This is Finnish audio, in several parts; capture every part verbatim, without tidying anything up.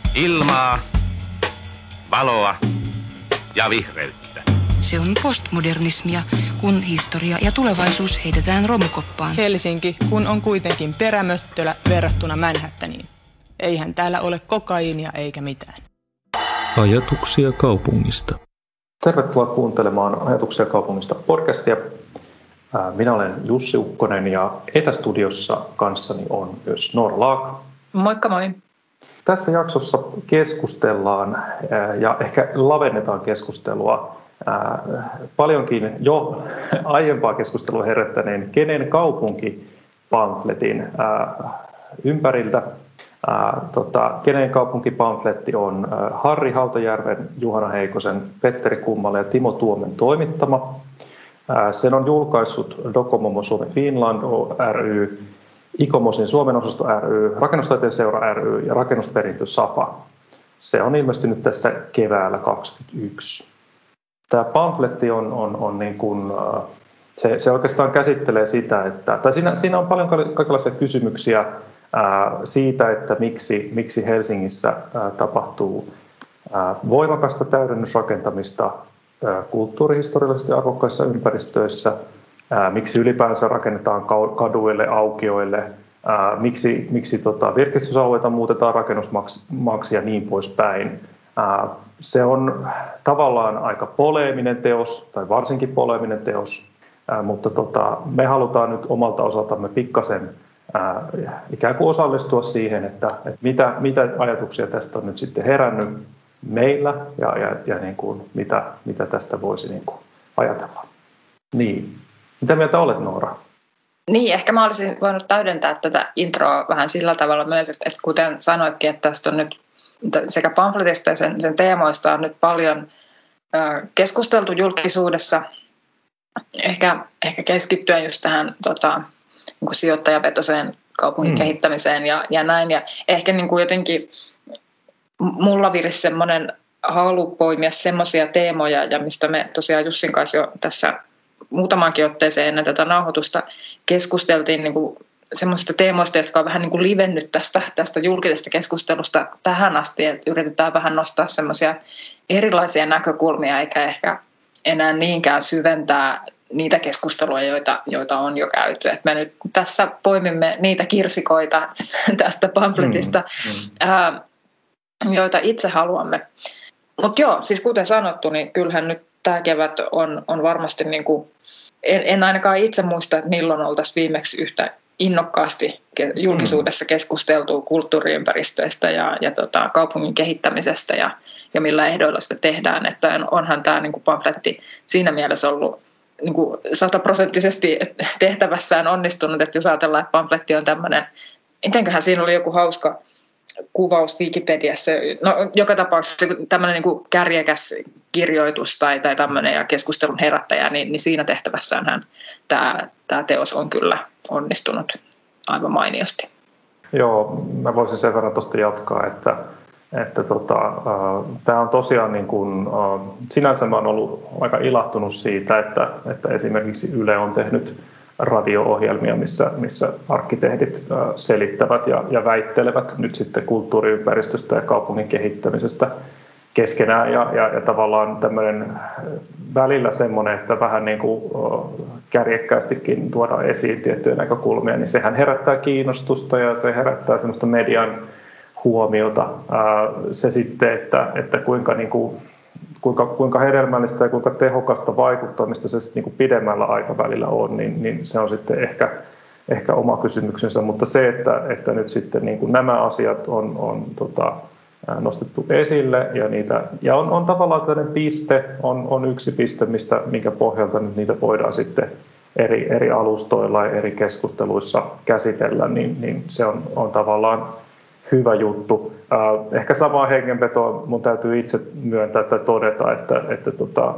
Ilmaa, valoa ja vihreyttä. Se on postmodernismia, kun historia ja tulevaisuus heitetään romukoppaan. Helsinki, kun on kuitenkin perämöttölä verrattuna Manhattaniin. Eihän täällä ole kokaiinia eikä mitään. Ajatuksia kaupungista. Tervetuloa kuuntelemaan Ajatuksia kaupungista podcastia. Minä olen Jussi Ukkonen ja etästudiossa kanssani on myös Noora Laak. Moikka moi. Tässä jaksossa keskustellaan ja ehkä lavennetaan keskustelua paljonkin jo aiempaa keskustelua herättäneen Kenen kaupunki-pamfletin ympäriltä. Tota, Kenen kaupunki-pamfletti on Harri Hautajärven, Juhana Heikosen, Petteri Kummalan ja Timo Tuomen toimittama. Sen on julkaissut Docomomo Suomi Finland ry, Icomosin Suomen osasto ry, Rakennustaiteen seura ry ja Rakennusperintö Sapa. Se on ilmestynyt tässä keväällä kaksikymmentäyksi. Tämä pamfletti on, on, on niin kuin, se, se oikeastaan käsittelee sitä, että, tai siinä, siinä on paljon kaikenlaisia kysymyksiä ää, siitä, että miksi, miksi Helsingissä ää, tapahtuu ää, voimakasta täydennysrakentamista ää, kulttuurihistoriallisesti arvokkaissa ympäristöissä, ää, miksi ylipäänsä rakennetaan kaduille, aukioille, ää, miksi, miksi tota, virkistysalueita muutetaan rakennusmaksi ja niin poispäin. Se on tavallaan aika poleeminen teos, tai varsinkin poleeminen teos, mutta tota, me halutaan nyt omalta osaltamme pikkasen ää, ikään kuin osallistua siihen, että, että mitä, mitä ajatuksia tästä on nyt sitten herännyt meillä ja, ja, ja niin kuin, mitä, mitä tästä voisi niin kuin ajatella. Niin. Mitä mieltä olet, Noora? Niin, ehkä mä olisin voinut täydentää tätä introa vähän sillä tavalla myös, että kuten sanoitkin, että tästä on nyt sekä pamfletista ja sen, sen teemoista on nyt paljon ö, keskusteltu julkisuudessa, ehkä, ehkä keskittyen just tähän tota, niin kuin sijoittajavetoiseen kaupungin mm. kehittämiseen ja, ja näin. Ja ehkä niin kuin jotenkin mulla virisi semmoinen halu poimia semmoisia teemoja, ja mistä me tosiaan Jussin kanssa jo tässä muutamankin otteeseen ennen tätä nauhoitusta keskusteltiin niin kuin semmoisista teemoista, jotka on vähän niin kuin livennyt tästä, tästä julkisesta keskustelusta tähän asti, että yritetään vähän nostaa semmoisia erilaisia näkökulmia, eikä ehkä enää niinkään syventää niitä keskusteluja, joita, joita on jo käyty. Et me nyt tässä poimimme niitä kirsikoita tästä pamfletista, mm, mm. Ää, joita itse haluamme. Mutta joo, siis kuten sanottu, niin kyllähän nyt tämä kevät on, on varmasti, niin kuin, en, en ainakaan itse muista, että milloin oltaisiin viimeksi yhtä innokkaasti julkisuudessa keskusteltu kulttuuriympäristöistä ja, ja tota, kaupungin kehittämisestä ja, ja millä ehdoilla sitä tehdään. Että onhan tämä niin kuin pamfletti siinä mielessä ollut niin kuin sataprosenttisesti tehtävässään onnistunut, että jos ajatellaan, että pamfletti on tämmöinen, mitenköhän siinä oli joku hauska kuvaus Wikipediassa, no joka tapauksessa tämmöinen niin kuin kärjekäs kirjoitus tai, tai tämmöinen ja keskustelun herättäjä, niin, niin siinä tehtävässäänhän tämä, tämä teos on kyllä onnistunut aivan mainiosti. Joo, mä voisin sen verran tuosta jatkaa, että, että tota, äh, tämä on tosiaan niin kuin, äh, sinänsä mä oon ollut aika ilahtunut siitä, että, että esimerkiksi Yle on tehnyt radio-ohjelmia, missä, missä arkkitehdit äh, selittävät ja, ja väittelevät nyt sitten kulttuuriympäristöstä ja kaupungin kehittämisestä keskenään ja, ja, ja tavallaan tämmöinen välillä semmoinen, että vähän niin kuin kärjekkäästikin tuodaan esiin tiettyjä näkökulmia, niin sehän herättää kiinnostusta ja se herättää semmoista median huomiota. Se sitten, että, että kuinka, niin kuin, kuinka, kuinka hedelmällistä ja kuinka tehokasta vaikuttamista se sitten niin kuin pidemmällä aikavälillä on, niin, niin se on sitten ehkä, ehkä oma kysymyksensä, mutta se, että, että nyt sitten niin kuin nämä asiat on, on tota, nostettu esille ja, niitä, ja on, on tavallaan tällainen piste, on, on yksi piste, mistä, minkä pohjalta nyt niitä voidaan sitten eri, eri alustoilla ja eri keskusteluissa käsitellä, niin, niin se on, on tavallaan hyvä juttu. Äh, ehkä samaa hengenvetoa mun täytyy itse myöntää tai todeta, että, että tota,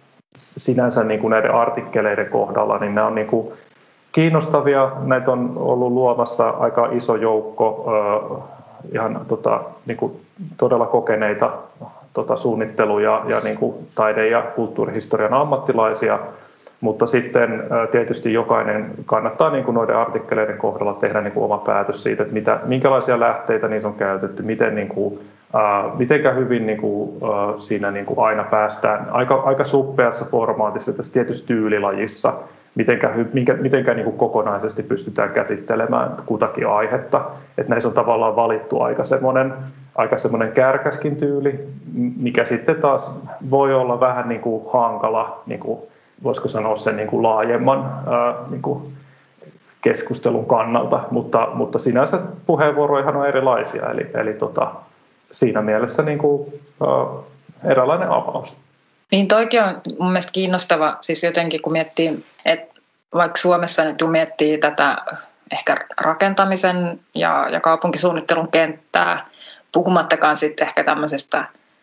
sinänsä niin kuin näiden artikkeleiden kohdalla, niin nämä on niin kuin kiinnostavia, näitä on ollut luomassa aika iso joukko äh, ihan tota, niin kuin todella kokeneita tota, suunnittelu- ja, ja niin kuin taide- ja kulttuurihistorian ammattilaisia, mutta sitten ää, tietysti jokainen kannattaa niin kuin noiden artikkeleiden kohdalla tehdä niin kuin oma päätös siitä, että mitä, minkälaisia lähteitä niissä on käytetty, miten niin kuin Uh, mitenkä hyvin niin kuin, uh, siinä niin kuin aina päästään aika, aika suppeassa formaatissa tässä tietyssä tyylilajissa, mitenkä, minkä, mitenkä niin kuin kokonaisesti pystytään käsittelemään kutakin aihetta. Että näissä on tavallaan valittu aika semmoinen, aika semmoinen kärkäskin tyyli, mikä sitten taas voi olla vähän niin kuin hankala, niin kuin, voisiko sanoa sen niin kuin laajemman uh, niin kuin keskustelun kannalta, mutta, mutta sinänsä puheenvuoroihan on erilaisia, eli, eli tota, siinä mielessä niin kuin, uh, eräänlainen avaus. Niin toikin on mun mielestä kiinnostava, siis jotenkin kun miettii, että vaikka Suomessa nyt miettii tätä ehkä rakentamisen ja, ja kaupunkisuunnittelun kenttää, puhumattakaan sitten ehkä tämmöisestä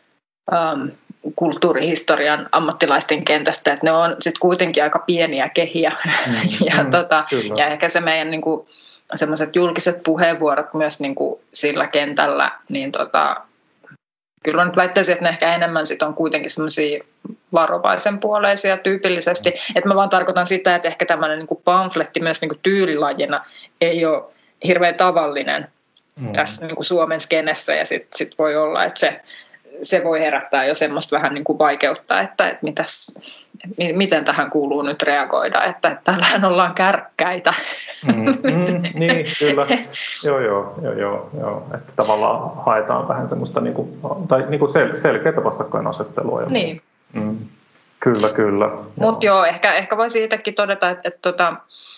um, kulttuurihistorian ammattilaisten kentästä, että ne on sitten kuitenkin aika pieniä kehiä. Mm, ja, mm, tota, ja ehkä se meidän niinku, semmoiset julkiset puheenvuorot myös niinku, sillä kentällä, niin tota, kyllä nyt väittäisin, että ne ehkä enemmän sit on kuitenkin semmoisia varovaisen puoleisia tyypillisesti. Että mä vaan tarkoitan sitä, että ehkä tämmöinen niinku pamfletti myös niinku tyylilajina ei ole hirveän tavallinen mm. tässä niinku Suomen skenessä, ja sitten sit voi olla, että se se voi herättää jo semmoista vähän niin kuin vaikeutta, että, että mitäs, miten tähän kuuluu nyt reagoida, että, että täällähän ollaan kärkkäitä. Mm, mm, niin, kyllä. Joo, joo, joo, joo, joo. Että tavallaan haetaan vähän semmoista niin kuin, tai niin kuin sel- selkeää vastakkainasettelua. Niin. Mm, kyllä, kyllä. Mutta joo, ehkä, ehkä voi siitäkin todeta, että, että tota,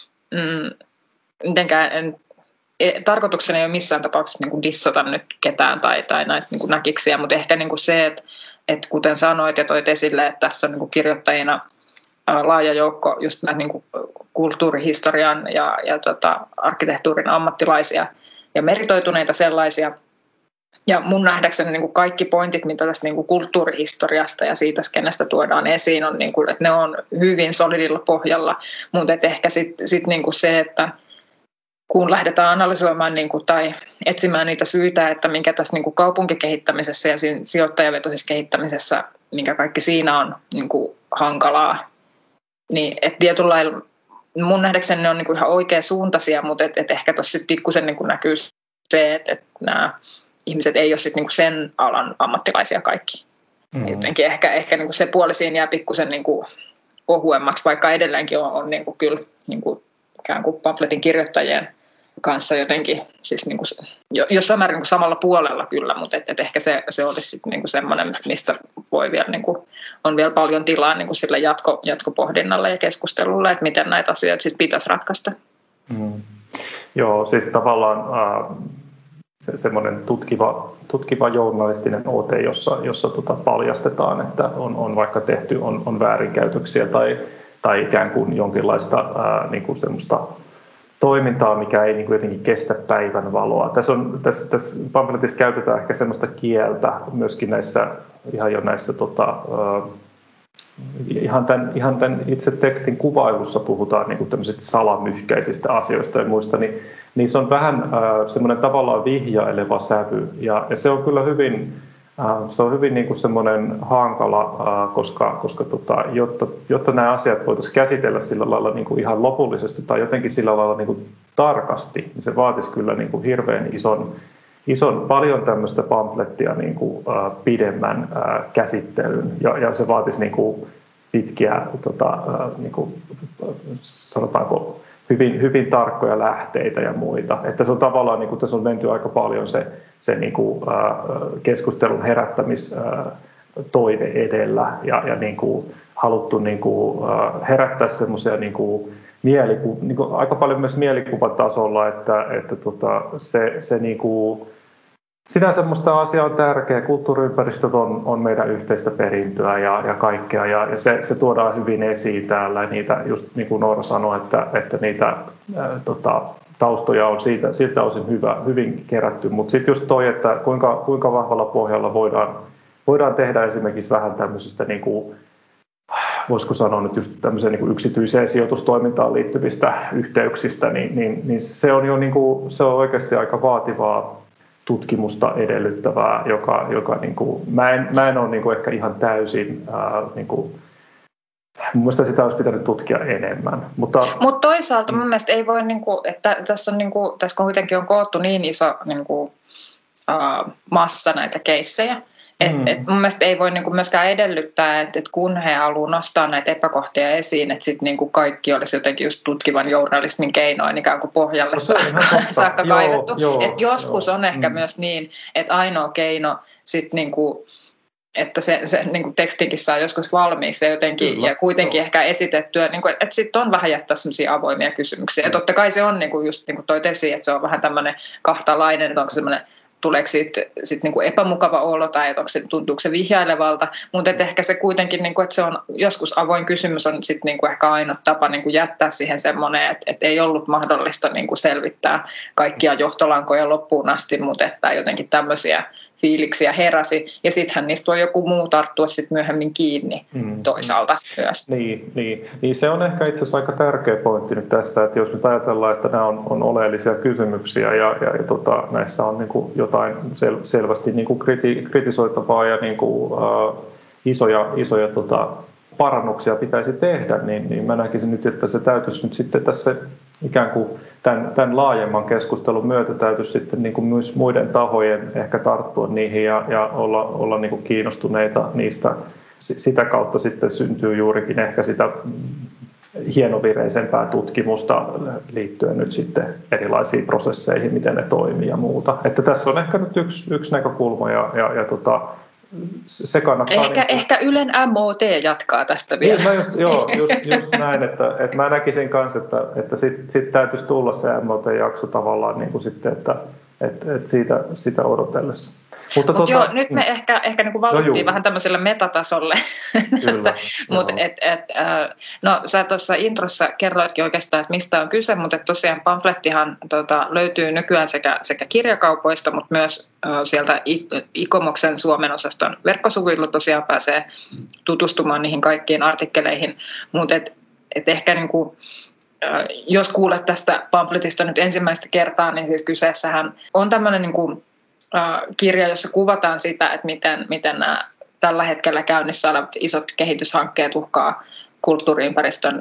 mm, mitenkään en tarkoituksena ei ole missään tapauksessa niin kuin dissata nyt ketään tai, tai näitä niin kuin näkiksiä, mutta ehkä niin kuin se, että, että kuten sanoit ja toit esille, että tässä on niin kuin kirjoittajina laaja joukko just näitä niin kuin kulttuurihistorian ja, ja tota, arkkitehtuurin ammattilaisia ja meritoituneita sellaisia. Ja mun nähdäkseni niin kuin kaikki pointit, mitä tästä niin kuin kulttuurihistoriasta ja siitä skenestä tuodaan esiin, on, niin kuin, että ne on hyvin solidilla pohjalla, mutta ehkä sitten sit niin kuin se, että kun lähdetään analysoimaan niin kuin, tai etsimään niitä syitä, että minkä tässä niin kuin kaupunkikehittämisessä ja siinä sijoittajavetoisessa kehittämisessä, minkä kaikki siinä on niin kuin hankalaa, niin että tietyllä lailla mun nähdäkseni ne on niin kuin ihan oikea suuntaisia, mutta et, et ehkä tuossa pikkusen niin kuin näkyy se, että, että nämä ihmiset ei ole sit niin kuin sen alan ammattilaisia kaikki. Mm-hmm. Jotenkin ehkä, ehkä niin kuin se puoli siinä jää pikkusen niin kuin ohuemmaksi, vaikka edelleenkin on, on niin kuin kyllä niin kuin ikään kuin pamfletin kirjoittajien kanssa jotenkin, siis niin kuin, jossain määrin niin kuin samalla puolella kyllä, mutta et, et ehkä se, se olisi sitten niin kuin semmoinen, mistä voi vielä, niin kuin, on vielä paljon tilaa niin kuin sille jatko, jatkopohdinnalle ja keskustelulle, että miten näitä asioita sitten pitäisi ratkaista. Mm. Joo, siis tavallaan äh, se, semmoinen tutkiva, tutkiva journalistinen ote, jossa, jossa tota paljastetaan, että on, on vaikka tehty on, on väärinkäytöksiä tai, tai ikään kuin jonkinlaista äh, niin kuin semmoista toimintaa, mikä ei niin kuin jotenkin kestä päivän valoa. Tässä, on, tässä, tässä pamfletissa käytetään ehkä sellaista kieltä myöskin näissä, ihan jo näissä, tota, uh, ihan, tämän, ihan tämän itse tekstin kuvailussa puhutaan niin kuin tämmöisistä salamyhkäisistä asioista ja muista, niin niissä on vähän uh, semmoinen tavallaan vihjaileva sävy, ja, ja se on kyllä hyvin, uh, se on hyvin niin kuin semmoinen hankala, uh, koska, koska tota, jotta, jotta nämä asiat voitaisiin käsitellä sillä lailla niin kuin ihan lopullisesti tai jotenkin sillä lailla niin kuin tarkasti, niin se vaatisi kyllä niin kuin hirveän ison, ison paljon tämmöistä pamflettia niin kuin, uh, pidemmän uh, käsittelyn, ja, ja se vaatisi niin kuin pitkiä, tota, uh, niin kuin, sanotaanko, hyvin, hyvin tarkkoja lähteitä ja muita. Että se on tavallaan, niin kuin tässä on menty aika paljon se, se niin kuin, äh, keskustelun herättämistoive edellä ja, ja niin kuin, haluttu niin kuin, äh, herättää semmoisia niin kuin, mieliku, niin kuin, aika paljon myös mielikuvatasolla, että, että tota, se, se niin kuin, sinänsä semmoista asiaa on tärkeä. Kulttuuriympäristöt on, on meidän yhteistä perintöä ja, ja kaikkea, ja, ja se, se tuodaan hyvin esiin täällä. Niitä, just niin kuin Noora sanoi, että, että niitä ää, tota, taustoja on siitä, siltä osin hyvä, hyvin kerätty, mutta sitten just toi, että kuinka, kuinka vahvalla pohjalla voidaan, voidaan tehdä esimerkiksi vähän tämmöisistä, niin kuin, voisiko sanoa nyt just tämmöiseen niin kuin yksityiseen sijoitustoimintaan liittyvistä yhteyksistä, niin, niin, niin se on jo niin kuin, se on oikeasti aika vaativaa tutkimusta edellyttävää, joka, joka niin kuin, mä, en, mä en ole niin kuin ehkä ihan täysin, ää, niin kuin, mun mielestä sitä olisi pitänyt tutkia enemmän. Mutta Mut toisaalta mun mielestä ei voi, niin kuin, että tässä on, niin kuin, tässä kuitenkin on koottu niin iso niin kuin, uh, massa näitä keissejä. Et, mm. et mun mielestä ei voi niinku myöskään edellyttää, että et kun he haluaa nostaa näitä epäkohtia esiin, että sitten niinku kaikki olisi jotenkin just tutkivan journalismin keinoin ikään kuin pohjalle no, saakka, saakka joo, kaivettu. Joo, et joskus joo. on ehkä mm. myös niin, että ainoa keino sitten niinku, että se, se niinku tekstinkin saa joskus valmiiksi ja, jotenkin, Kyllä, ja kuitenkin joo. ehkä esitettyä, niinku, että sitten on vähän jättää sellaisia avoimia kysymyksiä. Ja totta kai se on niinku just niinku toit esiin, että se on vähän tämmöinen kahtalainen, että onko semmoinen tuleeko siitä sit niinku epämukava olo tai onko se, tuntuuko se vihjailevalta, mutta ehkä se kuitenkin, niinku, että se on joskus avoin kysymys on sit niinku ehkä ainoa tapa niinku jättää siihen semmoinen, että et ei ollut mahdollista niinku selvittää kaikkia johtolankoja loppuun asti, mutta että jotenkin tämmöisiä fiiliksiä heräsi, ja sittenhän niistä voi joku muu tarttua sit myöhemmin kiinni mm. toisaalta myös. Niin, niin, niin se on ehkä itse asiassa aika tärkeä pointti nyt tässä, että jos nyt ajatellaan, että nämä on, on oleellisia kysymyksiä, ja, ja, ja tota, näissä on niin kuin jotain sel, selvästi niin kuin kriti, kritisoitavaa ja niin kuin, äh, isoja, isoja tota, parannuksia pitäisi tehdä, niin, niin mä näkisin nyt, että se täytyisi nyt sitten tässä ikään kuin tämän, tämän laajemman keskustelun myötä täytyisi sitten niin kuin myös muiden tahojen ehkä tarttua niihin ja, ja olla, olla niin kuin kiinnostuneita niistä. Sitä kautta sitten syntyy juurikin ehkä sitä hienovireisempää tutkimusta liittyen nyt sitten erilaisiin prosesseihin, miten ne toimii ja muuta. Että tässä on ehkä nyt yksi, yksi näkökulma ja, ja, ja tota, se kannattaa... Ehkä, niin, ehkä Ylen M O T jatkaa tästä vielä. Niin, just, joo, just, just näin, että, että mä näkisin kanssa, että, että sitten sit täytyisi tulla se M O T-jakso tavallaan niin kuin sitten, että, että, että siitä, sitä odotellessa. Mutta Mut tuota, joo, nyt me mm. ehkä, ehkä niin kuin valuttiin no vähän tämmöiselle metatasolle tässä, mutta et, et, äh, no sä tuossa introssa kerroitkin oikeastaan, että mistä on kyse, mutta tosiaan pamflettihan tota, löytyy nykyään sekä, sekä kirjakaupoista, mutta myös äh, sieltä Ikomoksen Suomen osaston verkkosivuilla tosiaan pääsee tutustumaan niihin kaikkiin artikkeleihin, mutta et, et ehkä niin kuin, äh, jos kuulet tästä pamfletista nyt ensimmäistä kertaa, niin siis kyseessähän on tämmöinen niin kuin kirja, jossa kuvataan sitä, että miten, miten nämä tällä hetkellä käynnissä olevat isot kehityshankkeet uhkaa kulttuuriympäristön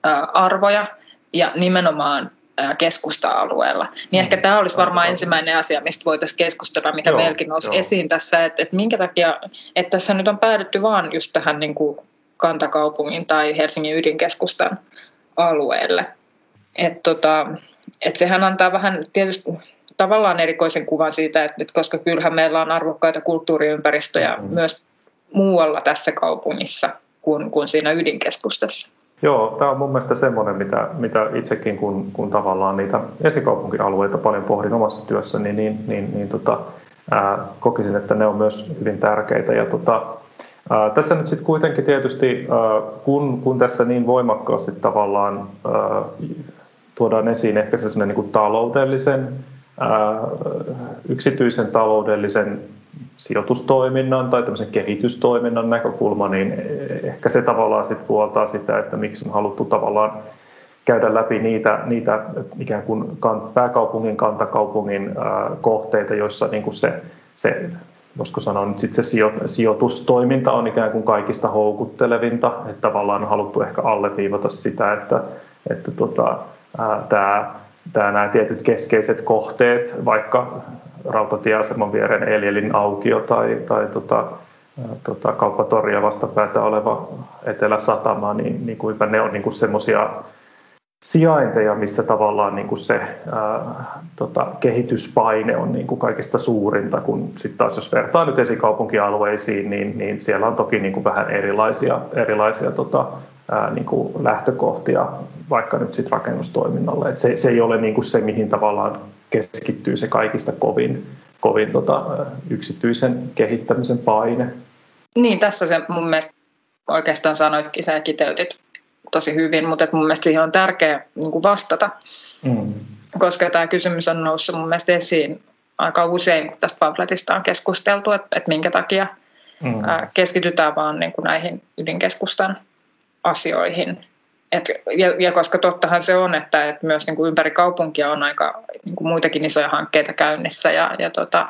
arvoja ja nimenomaan keskusta-alueella. Niin ehkä tämä olisi varmaan ensimmäinen asia, mistä voitaisiin keskustella, mikä joo, meilläkin nousi joo. esiin tässä, että, että minkä takia, että tässä nyt on päädytty vaan just tähän niin kuin kantakaupungin tai Helsingin ydinkeskustan alueelle. Että tota, et sehän antaa vähän tietysti tavallaan erikoisen kuvan siitä, että koska kyllähän meillä on arvokkaita kulttuuriympäristöjä mm-hmm. myös muualla tässä kaupungissa kuin, kuin siinä ydinkeskustassa. Joo, tämä on mun mielestä semmoinen, mitä, mitä itsekin kun, kun tavallaan niitä esikaupunkialueita paljon pohdin omassa työssäni, niin, niin, niin, niin tota, ää, kokisin, että ne on myös hyvin tärkeitä. Ja tota, ää, tässä nyt sitten kuitenkin tietysti, ää, kun, kun tässä niin voimakkaasti tavallaan ää, tuodaan esiin ehkä se semmoinen niin kuin taloudellisen, ää, yksityisen taloudellisen sijoitustoiminnan tai tämmöisen kehitystoiminnan näkökulma, niin ehkä se tavallaan sit puoltaa sitä, että miksi on haluttu tavallaan käydä läpi niitä, niitä ikään kuin pääkaupungin, kantakaupungin ää, kohteita, joissa niin kuin se, se, voisiko sanoa nyt sit se sijoitustoiminta on ikään kuin kaikista houkuttelevinta, että tavallaan on haluttu ehkä alleviivata sitä, että, että tota, tämä Tää, nämä tietyt keskeiset kohteet, vaikka rautatieaseman viereen Elielin aukio tai, tai tota, tota, kauppatoria vastapäätä oleva Etelä-Satama, niin, niin kuinka ne on niin semmoisia sijainteja, missä tavallaan niin kuin se ää, tota, kehityspaine on niin kuin kaikista suurinta, kun sitten taas jos vertaa nyt esikaupunkialueisiin, niin, niin siellä on toki niin kuin vähän erilaisia, erilaisia tota, ää, niin kuin lähtökohtia vaikka nyt sit rakennustoiminnalle. Et se, se ei ole niin kuin se, mihin tavallaan keskittyy se kaikista kovin, kovin tota, yksityisen kehittämisen paine. Niin, tässä se mun mielestä oikeastaan sanoitkin, sä kiteytit tosi hyvin, mutta mun mielestä siihen on tärkeää niin kuin vastata, mm. koska tämä kysymys on noussut mun mielestä esiin aika usein, kun tästä pamfletista on keskusteltu, että, että minkä takia mm. keskitytään vaan niin kuin näihin ydinkeskustan asioihin. Et, ja, ja koska tottahan se on, että, että myös niin kuin ympäri kaupunkia on aika niin kuin muitakin isoja hankkeita käynnissä ja, ja, tota,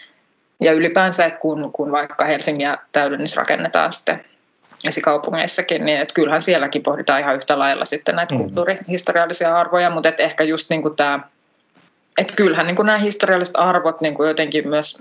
ja ylipäänsä, että kun, kun vaikka Helsingiä täydennys rakennetaan sitten esikaupungeissakin, niin että kyllähän sielläkin pohditaan ihan yhtä lailla sitten näitä mm-hmm. kulttuurihistoriallisia arvoja, mutta että ehkä just niin kuin tämä et kyllähän niin kuin nämä historialliset arvot niin kuin jotenkin myös,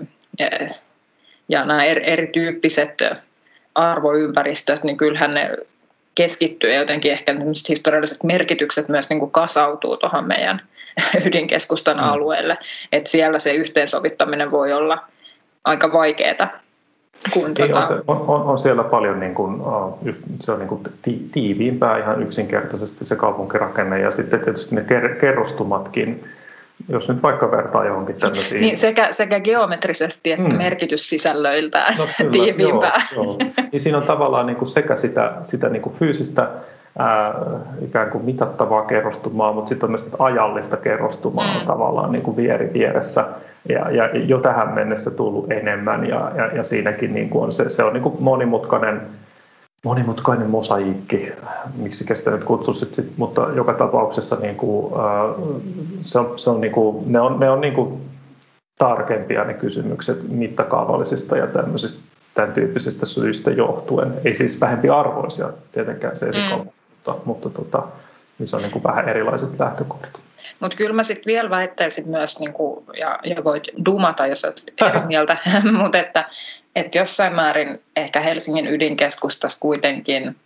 ja nämä erityyppiset arvoympäristöt, niin kyllähän ne keskittyy ja jotenkin ehkä historialliset merkitykset myös niin kuin kasautuu tuohon meidän ydinkeskustan mm. alueelle, että siellä se yhteensovittaminen voi olla aika vaikeaa. Niin, tota... on, se, on, on, on siellä paljon niin kuin, just, se on niin kuin ti, tiiviimpää ihan yksinkertaisesti se kaupunkirakenne ja sitten tietysti ne ker, kerrostumatkin, jos nyt vaikka vertaa johonkin tämmöisiin. Niin sekä, sekä geometrisesti että mm. merkityssisällöiltään no, kyllä, tiiviimpää. Joo, joo. Niin siinä on tavallaan niin kuin sekä sitä, sitä niin kuin fyysistä ää, ikään kuin mitattavaa kerrostumaa, mutta sitten on myös ajallista kerrostumaa mm. tavallaan niin kuin vieri vieressä. Ja, ja jo tähän mennessä tullut enemmän ja, ja, ja siinäkin niin kuin on se, se on niin kuin monimutkainen, monimutkainen mosaikki, miksi sitä nyt kutsuisit, mutta joka tapauksessa niin kuin, äh, se on, se on niin kuin, ne on, ne on niin kuin tarkempia ne kysymykset mittakaavallisista ja tämmöisistä tämän tyyppisistä syistä johtuen. Ei siis vähempi arvoisia tietenkään se esikoulu, mm. mutta, mutta tota, niin se on niin kuin vähän erilaiset lähtökohdat. Mutta kyllä mä sitten vielä väittäisin myös, niinku, ja, ja voit dumata, jos olet eri mieltä, mutta että, että jossain määrin ehkä Helsingin ydinkeskustassa kuitenkin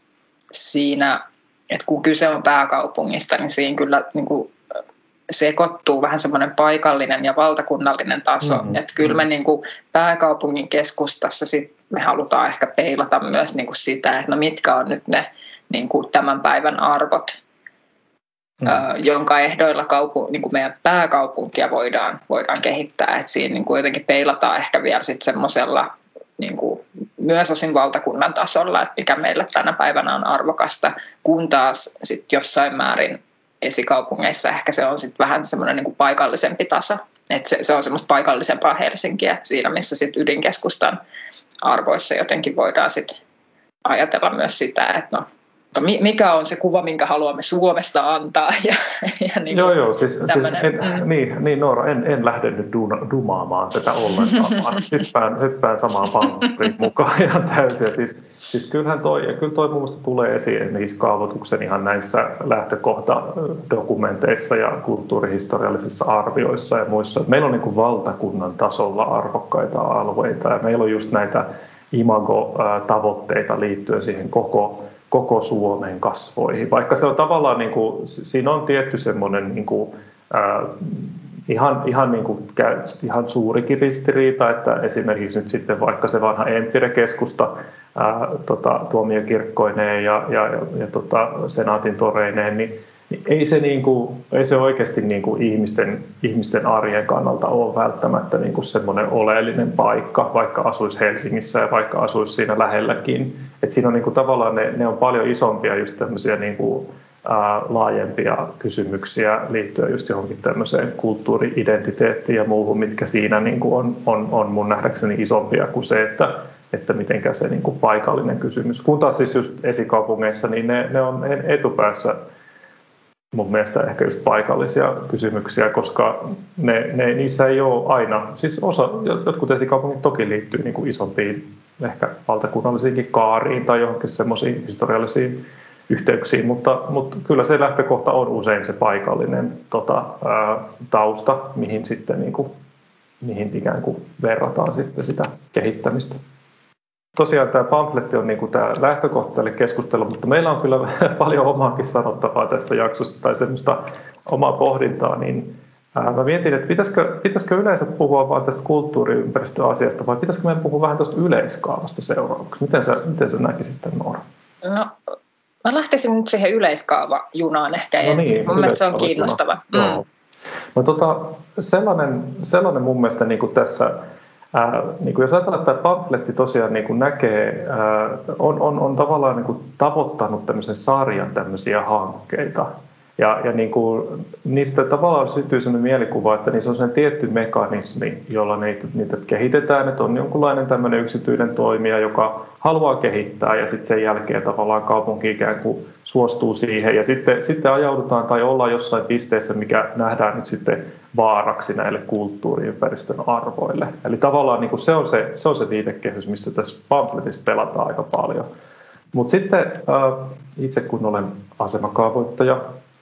siinä, että kun kyse on pääkaupungista, niin siinä kyllä niinku, sekoittuu vähän semmoinen paikallinen ja valtakunnallinen taso. Mm-hmm. Että kyllä me niinku, pääkaupungin keskustassa sit me halutaan ehkä peilata myös niinku, sitä, että no mitkä on nyt ne niinku, tämän päivän arvot. Mm. jonka ehdoilla kaupu, niin kuin meidän pääkaupunkia voidaan, voidaan kehittää. Et siinä niin kuin jotenkin peilataan ehkä vielä sit semmoisella niin kuin myös osin valtakunnan tasolla, että mikä meille tänä päivänä on arvokasta, kun taas sit jossain määrin esikaupungeissa ehkä se on sit vähän semmoinen niin kuin paikallisempi taso. Et se, se on semmoista paikallisempaa Helsinkiä siinä, missä sit ydinkeskustan arvoissa jotenkin voidaan sit ajatella myös sitä, että no, mikä on se kuva, minkä haluamme Suomesta antaa. Ja, ja niin joo, joo, siis, siis en, mm. niin, niin Noora, en, en lähde nyt dumaamaan tätä ollenkaan, vaan hyppään, hyppään samaan pankkiin mukaan ihan täysin. Siis, siis kyllähän toi, ja kyllä toi mun mielestä tulee esiin niissä kaavoituksen ihan näissä lähtökohtadokumenteissa ja kulttuurihistoriallisissa arvioissa ja muissa. Meillä on niin kuin valtakunnan tasolla arvokkaita alueita ja meillä on just näitä imago-tavoitteita liittyen siihen koko koko Suomen kasvoihin, vaikka se on tavallaan, niin kuin, siinä on tietty semmoinen niin kuin, äh, ihan, ihan, niin kuin, ihan suurikin ristiriita, että esimerkiksi nyt sitten vaikka se vanha Empire-keskusta äh, tota, tuomiokirkkoineen ja, ja, ja, ja tota, senaatin toreineen, niin, niin ei, se, niin kuin, ei se oikeasti niin kuin ihmisten, ihmisten arjen kannalta ole välttämättä niin kuin semmoinen oleellinen paikka, vaikka asuisi Helsingissä ja vaikka asuisi siinä lähelläkin. Et siinä on niin kuin, tavallaan ne, ne on paljon isompia just tämmöisiä niin kuin, ää, laajempia kysymyksiä liittyen just johonkin tämmöiseen kulttuuri-identiteettiin ja muuhun, mitkä siinä niin kuin on, on, on mun nähdäkseni isompia kuin se, että, että mitenkä se niin kuin paikallinen kysymys. Kun taas siis just esikaupungeissa, niin ne, ne on etupäässä mun mielestä ehkä just paikallisia kysymyksiä, koska ne, ne, niissä ei ole aina, siis osa, jotkut esikaupungit toki liittyy niin kuin isompiin ehkä valtakunnallisiinkin kaariin tai johonkin semmoisiin historiallisiin yhteyksiin, mutta, mutta kyllä se lähtökohta on usein se paikallinen tota, ää, tausta, mihin sitten niin kuin, mihin ikään kuin verrataan sitten sitä kehittämistä. Tosiaan tämä pamfletti on niin kuin tämä lähtökohtainen keskustelu, mutta meillä on kyllä paljon omaakin sanottavaa tässä jaksossa tai semmoista omaa pohdintaa, niin ää, mä mietin, että pitäisikö, pitäisikö yleensä puhua vain tästä kulttuuriympäristöasiasta vai pitäisikö meidän puhua vähän tuosta yleiskaavasta seuraavaksi? Miten sä, miten sä näkisit tämän, Noora? No, mä lähtisin nyt siihen yleiskaavajunaan ehkä no ensin. Niin, mun mielestä se on kiinnostava. Mm. Joo. No, tota, sellainen, sellainen mun mielestä niin kuin tässä Ää, niin kuin jos ajatellaan, että tämä pamfletti tosiaan niin kuin näkee, ää, on, on, on tavallaan niin kuin tavoittanut tämmöisen sarjan tämmöisiä hankkeita. Ja, ja niin kuin, niistä tavallaan syntyy sellainen mielikuva, että niissä on sellainen tietty mekanismi, jolla niitä, niitä kehitetään. Että on jonkunlainen tämmöinen yksityinen toimija, joka haluaa kehittää ja sitten sen jälkeen tavallaan kaupunki ikään kuin suostuu siihen. Ja sitten, sitten ajaudutaan tai ollaan jossain pisteessä, mikä nähdään nyt sitten vaaraksi näille kulttuuriympäristön arvoille. Eli tavallaan niin kuin se, on se, se on se viitekehys, missä tässä pamfletissa pelataan aika paljon. Mutta sitten äh, itse kun olen asemakaavoittaja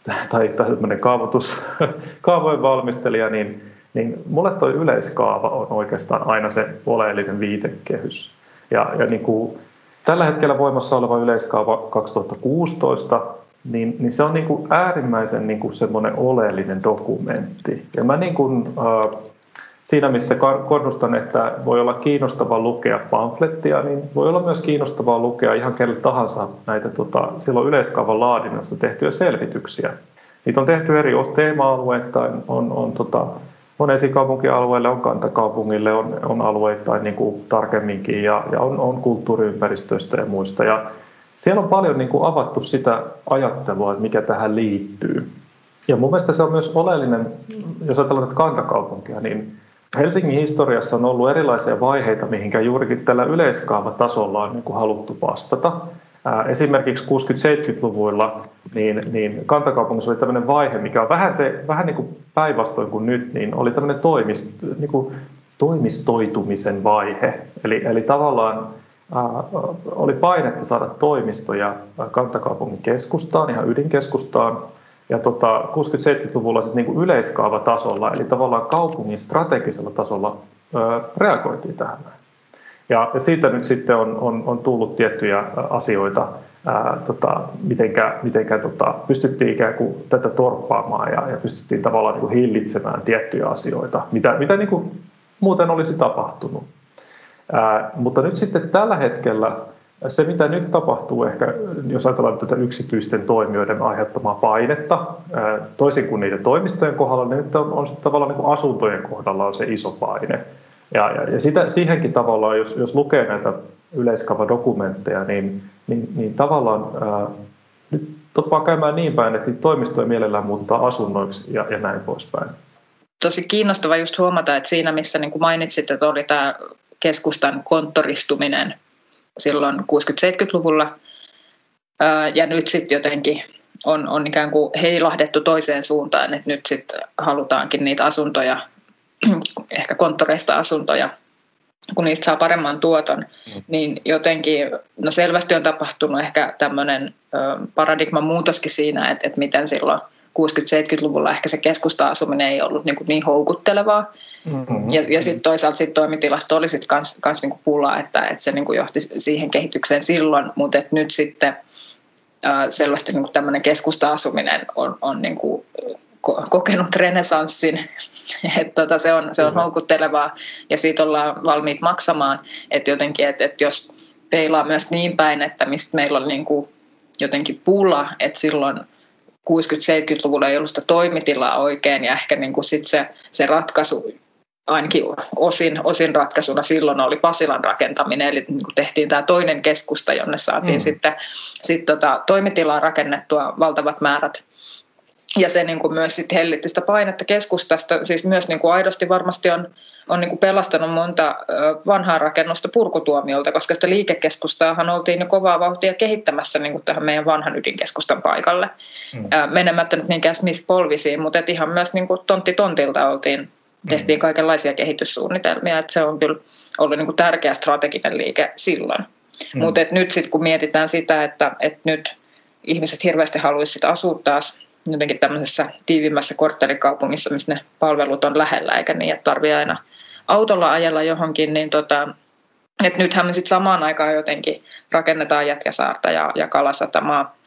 tai tämmöinen kaavoitus, kaavojen valmistelija, niin, niin mulle toi yleiskaava on oikeastaan aina se oleellinen viitekehys. Ja, ja niin kuin tällä hetkellä voimassa oleva yleiskaava kaksituhattakuusitoista, niin, niin se on niin kuin äärimmäisen niin kuin semmoinen oleellinen dokumentti. Ja mä niin kuin, äh, siinä missä korostan, että voi olla kiinnostavaa lukea pamflettia, niin voi olla myös kiinnostavaa lukea ihan kelle tahansa näitä tota, silloin yleiskaavan laadinnassa tehtyjä selvityksiä. Niitä on tehty eri teema-alueittain, on, on, tota, on esikaupunkialueelle, on kantakaupungille, on, on alueittain niin kuin tarkemminkin ja, ja on, on kulttuuriympäristöistä ja muista. Ja siellä on paljon niin kuin avattu sitä ajattelua, että mikä tähän liittyy. Ja mun mielestä se on myös oleellinen, jos ajatellaan kantakaupunkia, niin Helsingin historiassa on ollut erilaisia vaiheita, mihinkä juurikin tällä yleiskaavatasolla on niin kuin haluttu vastata. Esimerkiksi kuusikymmentä-seitsemänkymmentäluvuilla niin, niin kantakaupungissa oli tämmöinen vaihe, mikä on vähän, se, vähän niin kuin päinvastoin kuin nyt, niin oli tämmöinen toimist, niin kuin toimistoitumisen vaihe. Eli, eli tavallaan ää, oli painetta saada toimistoja kantakaupungin keskustaan, ihan ydinkeskustaan. Ja tota, kuusikymmentä-seitsemänkymmentäluvulla sitten niin kuin yleiskaavatasolla, eli tavallaan kaupungin strategisella tasolla ö, reagoitiin tähän. Ja, ja siitä nyt sitten on, on, on tullut tiettyjä asioita, ää, tota, mitenkä, mitenkä tota, pystyttiin ikään kuin tätä torppaamaan ja, ja pystyttiin tavallaan niin kuin hillitsemään tiettyjä asioita, mitä, mitä niin kuin muuten olisi tapahtunut. Ää, mutta nyt sitten tällä hetkellä se, mitä nyt tapahtuu ehkä, jos ajatellaan tätä yksityisten toimijoiden aiheuttamaa painetta, toisin kuin niiden toimistojen kohdalla, niin nyt on, on tavallaan niin kuin asuntojen kohdalla on se iso paine. Ja, ja, ja sitä, siihenkin tavallaan, jos, jos lukee näitä yleiskaavadokumentteja, niin, niin, niin tavallaan ää, nyt vaan käymään niin päin, että toimistoja mielellään muuttaa asunnoiksi ja, ja näin poispäin. Tosi kiinnostava just huomata, että siinä missä niin kuin mainitsit, että oli tämä keskustan konttoristuminen silloin kuusikymmentä-seitsemänkymmentäluvulla ja nyt sitten jotenkin on, on ikään kuin heilahdettu toiseen suuntaan, että nyt sitten halutaankin niitä asuntoja, ehkä konttoreista asuntoja, kun niistä saa paremman tuoton, mm. niin jotenkin no selvästi on tapahtunut ehkä tämmöinen paradigman muutoskin siinä, että, että miten silloin kuusikymmentä-seitsemänkymmentäluvulla ehkä se keskusta-asuminen ei ollut niin, kuin niin houkuttelevaa. Mm-hmm. Ja, ja sitten toisaalta sit toimitilasta oli sitten kans, kans niinku pulaa, että, että se niinku johti siihen kehitykseen silloin, mutta et nyt sitten ää, selvästi niinku tämmöinen keskusta-asuminen on, on niinku ko- kokenut renesanssin, että tota, se on, se on mm-hmm. houkuttelevaa ja siitä ollaan valmiit maksamaan, että jotenkin, että et jos teillä on myös niin päin, että mistä meillä on niinku jotenkin pula, että silloin kuusikymmentä-seitsemänkymmentäluvulla ei ollut sitä toimitilaa oikein ja ehkä niinku sit se, se ratkaisu, ainakin osin, osin ratkaisuna silloin oli Pasilan rakentaminen, eli niin kuin tehtiin tämä toinen keskusta, jonne saatiin mm. sitten sit tota, toimitilaa rakennettua valtavat määrät. Ja se niin kuin myös sitten hellitti sitä painetta keskustasta, siis myös niin kuin aidosti varmasti on, on niin kuin pelastanut monta vanhaa rakennusta purkutuomiolta, koska sitä liikekeskustaahan oltiin jo kovaa vauhtia kehittämässä niin kuin tähän meidän vanhan ydinkeskustan paikalle. Mm. Menemättä nyt niinkään Smith-polvisiin, mutta et ihan myös niin kuin tontti tontilta oltiin. Tehtiin kaikenlaisia kehityssuunnitelmia, että se on kyllä ollut niin kuin tärkeä strateginen liike silloin. Mm. Mutta nyt sitten kun mietitään sitä, että, että nyt ihmiset hirveästi haluaisivat asua taas jotenkin tämmöisessä tiivimmässä korttelikaupungissa, missä ne palvelut on lähellä, eikä niin, että tarvitsee aina autolla ajella johonkin, niin tota, että nythän me sitten samaan aikaan jotenkin rakennetaan Jätkäsaarta ja, ja Kalasatamaa,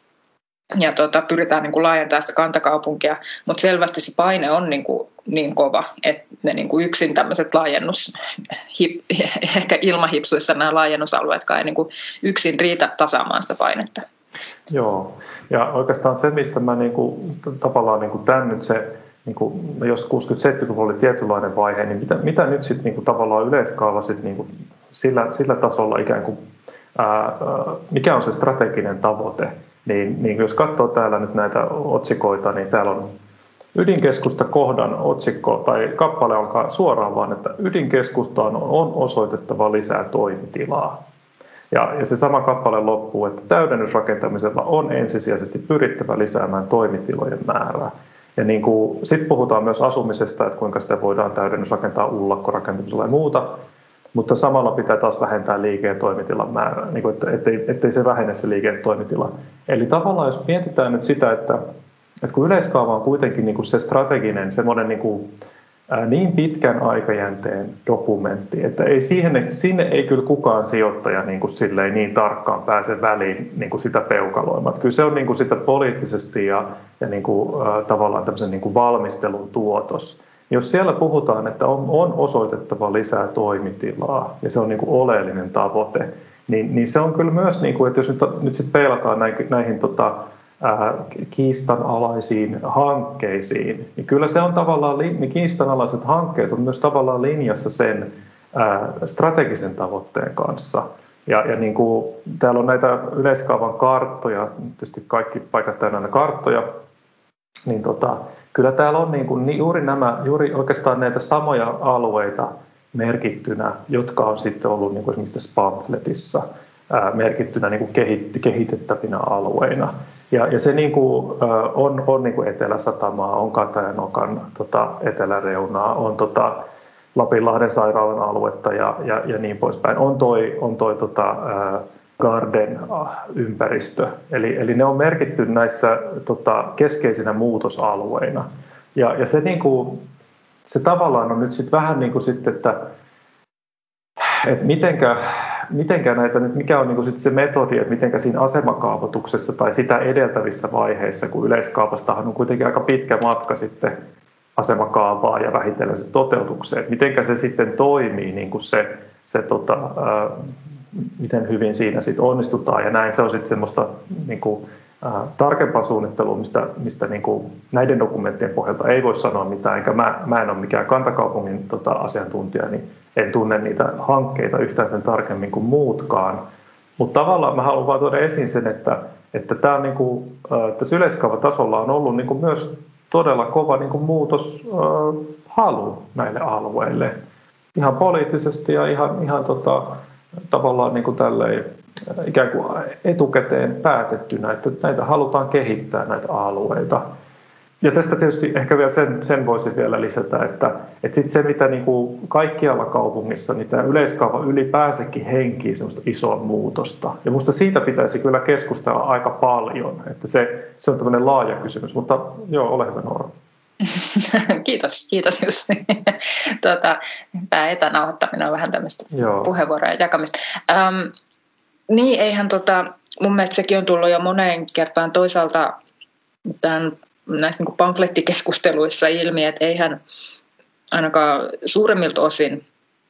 ja tuota, pyritään niin kuin laajentamaan sitä kantakaupunkia, mutta selvästi se paine on niin, kuin, niin kova, että ne niin kuin yksin tämmöiset laajennus, hip, ehkä ilmahipsuissa nämä laajennusalueetkaan ei niin kuin yksin riitä tasaamaan sitä painetta. Joo, ja oikeastaan se, mistä mä niin kuin, tavallaan niin kuin tämän nyt se, niin kuin, jos kuusikymmentä-seitsemänkymmentäluvulla oli tietynlainen vaihe, niin mitä, mitä nyt sitten niin kuin, tavallaan yleiskaava sit, niin kuin, sillä, sillä tasolla ikään kuin, ää, mikä on se strateginen tavoite? Niin, niin jos katsoo täällä nyt näitä otsikoita, niin täällä on ydinkeskusta kohdan otsikko tai kappale alkaa suoraan vaan, että ydinkeskustaan on osoitettava lisää toimitilaa. Ja, ja se sama kappale loppuu, että täydennysrakentamisella on ensisijaisesti pyrittävä lisäämään toimitilojen määrää. Ja niin sitten puhutaan myös asumisesta, että kuinka sitä voidaan täydennysrakentaa ullakkorakentamisella ja muuta. Mutta samalla pitää taas vähentää liike- ja toimitilan määrää, niin kuin, että, ettei, ettei se vähene se liike- ja toimitila. Eli tavallaan jos mietitään nyt sitä, että, että kun yleiskaava on kuitenkin niin kuin se strateginen, semmoinen niin kuin, ää, niin pitkän aikajänteen dokumentti, että ei siihen, sinne ei kyllä kukaan sijoittaja niin kuin silleen niin tarkkaan pääse väliin niin kuin sitä peukaloimaan. Kyllä se on niin kuin sitä poliittisesti ja, ja niin kuin, ää, tavallaan tämmöisen niin kuin valmistelun tuotos. Jos siellä puhutaan, että on, on osoitettava lisää toimitilaa ja se on niin kuin oleellinen tavoite, niin, niin se on kyllä myös, niin kuin, että jos nyt, nyt sit peilataan näihin, näihin tota, ää, kiistanalaisiin hankkeisiin, niin kyllä se on tavallaan, niin kiistanalaiset hankkeet on myös tavallaan linjassa sen ää, strategisen tavoitteen kanssa. Ja, ja niin kuin, täällä on näitä yleiskaavan karttoja, tietysti kaikki paikat täynnä näitä karttoja, niin tota, kyllä täällä on niin kuin, juuri nämä, juuri oikeastaan näitä samoja alueita merkittynä, jotka on sitten ollut niin kuin esimerkiksi tässä pamfletissa ää, merkittynä niin kuin kehit, kehitettävinä alueina. Ja, ja se niin kuin, ää, on, on niin kuin Etelä-Satamaa, on Katajanokan tota, eteläreunaa, on tota, Lapinlahden sairaalan aluetta ja, ja, ja niin poispäin. On toi, on toi tota, ää, Garden-ympäristö, eli, eli ne on merkitty näissä tota, keskeisinä muutosalueina. Ja, ja se, niin kuin, se tavallaan on nyt sit vähän niin kuin sitten, että, että mitenkä, mitenkä näitä nyt, mikä on niin kuin sit se metodi, että mitenkä siinä asemakaavoituksessa tai sitä edeltävissä vaiheissa, kun yleiskaapastahan on kuitenkin aika pitkä matka sitten asemakaavaa ja vähitellen se toteutukseen, että mitenkä se sitten toimii, niin kuin se, se tota, ää, miten hyvin siinä sitten onnistutaan ja näin. Se on sitten semmoista niin kuin, äh, tarkempaa suunnittelua, mistä, mistä niin kuin, näiden dokumenttien pohjalta ei voi sanoa mitään, enkä mä, mä en ole mikään kantakaupungin tota, asiantuntija, niin en tunne niitä hankkeita yhtään sen tarkemmin kuin muutkaan. Mutta tavallaan mä haluan vaan tuoda esiin sen, että, että tämä on niin kuin, äh, tässä yleiskaavatasolla on ollut niin kuin myös todella kova niin kuin muutoshalu äh, näille alueille. Ihan poliittisesti ja ihan, ihan tota, tavallaan niin kuin tälleen, ikään kuin etukäteen päätettynä, että näitä halutaan kehittää näitä alueita. Ja tästä tietysti ehkä vielä sen, sen voisi vielä lisätä, että, että sit se mitä niin kuin kaikkialla kaupungissa, niin tämä yleiskaava ylipääsekin henkii semmoista isoa muutosta. Ja minusta siitä pitäisi kyllä keskustella aika paljon, että se, se on tämmöinen laaja kysymys, mutta joo, ole hyvä Noora. Kiitos, kiitos Jussi. Tuota, tämä etänauhoittaminen on vähän tämmöistä Joo. puheenvuorojen jakamista. Ähm, niin, eihän tota, mun mielestä sekin on tullut jo moneen kertaan toisaalta tämän, näissä niin kuin pamflettikeskusteluissa ilmi, että eihän ainakaan suuremmilta osin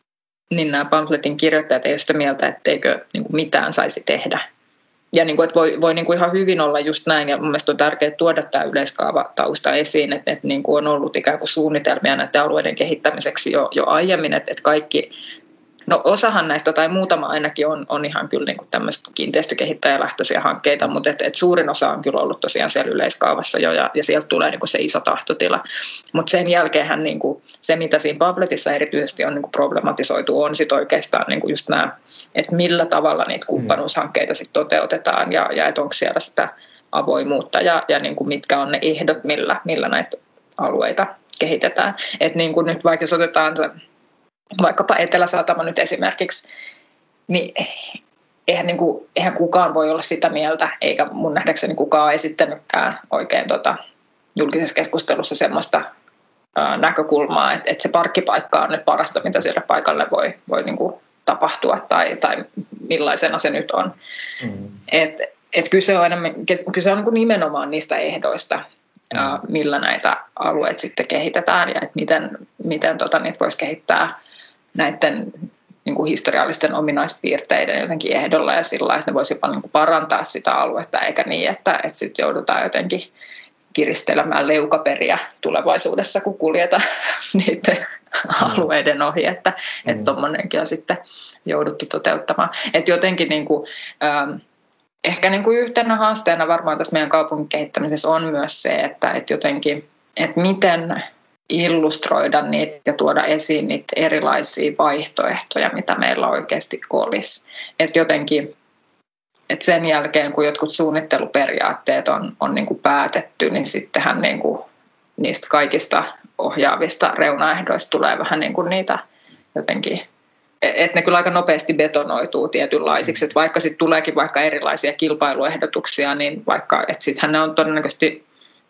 niin nämä pamfletin kirjoittajat ei ole sitä mieltä, etteikö niin kuin mitään saisi tehdä. Ja niin kuin, että voi, voi niin kuin ihan hyvin olla just näin, ja mun mielestä on tärkeää tuoda tämä yleiskaavatausta esiin, että, että niin kuin on ollut ikään kuin suunnitelmia näiden alueiden kehittämiseksi jo, jo aiemmin, että, että kaikki, no osahan näistä tai muutama ainakin on, on ihan kyllä niin kuin tämmöistä kiinteistökehittäjälähtöisiä hankkeita, mutta että, että suurin osa on kyllä ollut tosiaan siellä yleiskaavassa jo, ja, ja sieltä tulee niin kuin se iso tahtotila. Mutta sen jälkeenhän niin kuin se, mitä siinä pamfletissa erityisesti on niin kuin problematisoitu, on sitten oikeastaan niin kuin just nämä, että millä tavalla niitä kumppanuushankkeita sitten toteutetaan ja, ja että onko siellä sitä avoimuutta ja, ja niin kuin mitkä on ne ehdot, millä, millä näitä alueita kehitetään. Että niin kuin nyt vaikka jos otetaan se, vaikkapa Etelä-Satama nyt esimerkiksi, niin eihän, niin kuin, eihän kukaan voi olla sitä mieltä, eikä mun nähdäkseni kukaan esittänytkään oikein tota, julkisessa keskustelussa semmoista ää, näkökulmaa, että, että se parkkipaikka on nyt parasta, mitä siellä paikalle voi, voi niin kuin tapahtua tai, tai millaisena se nyt on. Mm. Et, et kyse on, enemmän, kyse on niin kuin nimenomaan niistä ehdoista, mm. ää, millä näitä alueita sitten kehitetään ja että miten, miten tota, niitä voisi kehittää näiden niin kuin historiallisten ominaispiirteiden jotenkin ehdolla ja sillä, että ne voisi jopa niin kuin parantaa sitä aluetta, eikä niin, että, että sitten joudutaan jotenkin kiristelemään leukaperiä tulevaisuudessa, kun kuljetaan niiden mm. alueiden ohi, että mm. tuommoinenkin on sitten jouduttu toteuttamaan. Että jotenkin niin kuin, ähm, ehkä niin kuin yhtenä haasteena varmaan tässä meidän kaupungin kehittämisessä on myös se, että, että jotenkin, että miten illustroida niitä ja tuoda esiin niitä erilaisia vaihtoehtoja, mitä meillä oikeasti olisi. Että jotenkin, että sen jälkeen, kun jotkut suunnitteluperiaatteet on, on niin kuin päätetty, niin sittenhän niin kuin niistä kaikista ohjaavista reunaehdoista tulee vähän niin kuin niitä jotenkin, että ne kyllä aika nopeasti betonoituu tietynlaisiksi, että vaikka sitten tuleekin vaikka erilaisia kilpailuehdotuksia, niin vaikka, että sittenhän ne on todennäköisesti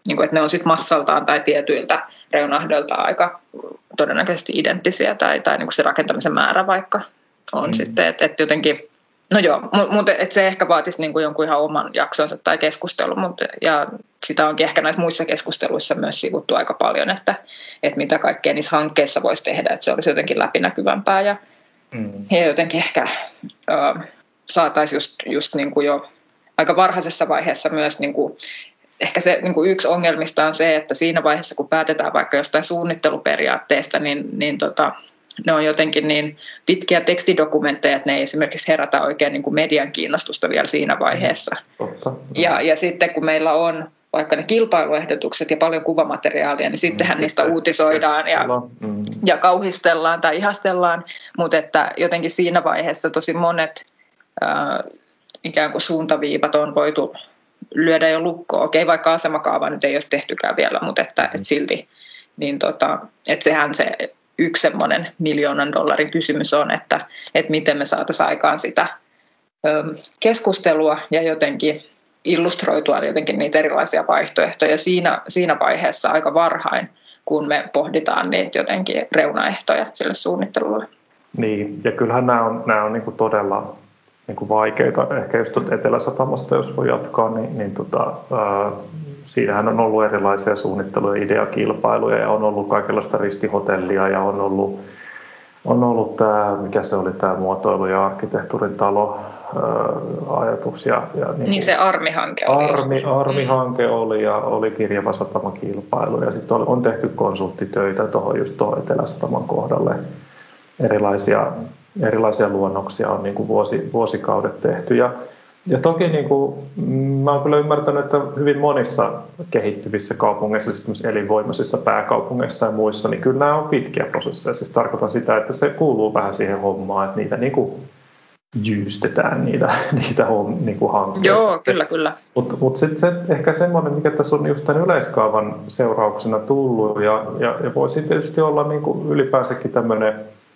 niin kuin, että ne on sitten massaltaan tai tietyiltä reunaehdoilta aika todennäköisesti identtisiä tai, tai niin kuin se rakentamisen määrä vaikka on mm. sitten, että, että jotenkin, no joo, mutta että se ehkä vaatisi niin kuin jonkun ihan oman jaksonsa tai keskustelun, mutta, ja sitä onkin ehkä näissä muissa keskusteluissa myös sivuttu aika paljon, että, että mitä kaikkea niissä hankkeissa voisi tehdä, että se olisi jotenkin läpinäkyvämpää ja, mm. ja jotenkin ehkä äh, saataisiin just, just niin kuin jo aika varhaisessa vaiheessa myös, niin kuin, ehkä se niin kuin yksi ongelmista on se, että siinä vaiheessa kun päätetään vaikka jostain suunnitteluperiaatteesta, niin, niin tota, ne on jotenkin niin pitkiä tekstidokumentteja, että ne ei esimerkiksi herätä oikein niin kuin median kiinnostusta vielä siinä vaiheessa. Mm. Ja, ja sitten kun meillä on vaikka ne kilpailuehdotukset ja paljon kuvamateriaalia, niin sittenhän mm, niistä uutisoidaan ja, mm. ja kauhistellaan tai ihastellaan, mutta että jotenkin siinä vaiheessa tosi monet äh, ikään kuin suuntaviivat on voitu lyödä jo lukkoon. Okei, vaikka asemakaava nyt ei olisi tehtykään vielä, mutta että, että silti, niin tota, että sehän se yksi semmoinen miljoonan dollarin kysymys on, että, että miten me saataisiin aikaan sitä ö, keskustelua ja jotenkin illustroitua jotenkin niitä erilaisia vaihtoehtoja siinä, siinä vaiheessa aika varhain, kun me pohditaan niitä jotenkin reunaehtoja sille suunnittelulle. Niin, ja kyllähän nämä on, nämä on niin kuin todella niin kuin vaikeita. Ehkä just tuota Etelä-Satamasta, jos voi jatkaa, niin, niin tota, ää, siinähän on ollut erilaisia suunnitteluja, ideakilpailuja ja on ollut kaikenlaista ristihotellia ja on ollut, on ollut tämä, mikä se oli tämä muotoilu- ja arkkitehtuurin talo, ajatus. Ja, ja niin, niin se ARMI-hanke oli. Armi, ARMI-hanke oli ja oli Kirjava Satama-kilpailu ja sitten on, on tehty konsulttitöitä tuohon just tuohon Etelä-Sataman kohdalle. Erilaisia, erilaisia luonnoksia on niin kuin vuosi, vuosikaudet tehty ja, ja toki niin kuin, mä oon kyllä ymmärtänyt, että hyvin monissa kehittyvissä kaupungeissa, siis elinvoimaisissa pääkaupungeissa ja muissa, niin kyllä nämä on pitkiä prosesseja. Siis tarkoitan sitä, että se kuuluu vähän siihen hommaan, että niitä niin kuin jyystetään niitä, niitä niin kuin hankkeita. Joo, kyllä, kyllä. Mutta mut sitten se, ehkä semmoinen, mikä tässä on just tämän yleiskaavan seurauksena tullut, ja, ja, ja voisi tietysti olla niin kuin ylipäänsäkin tämmöinen,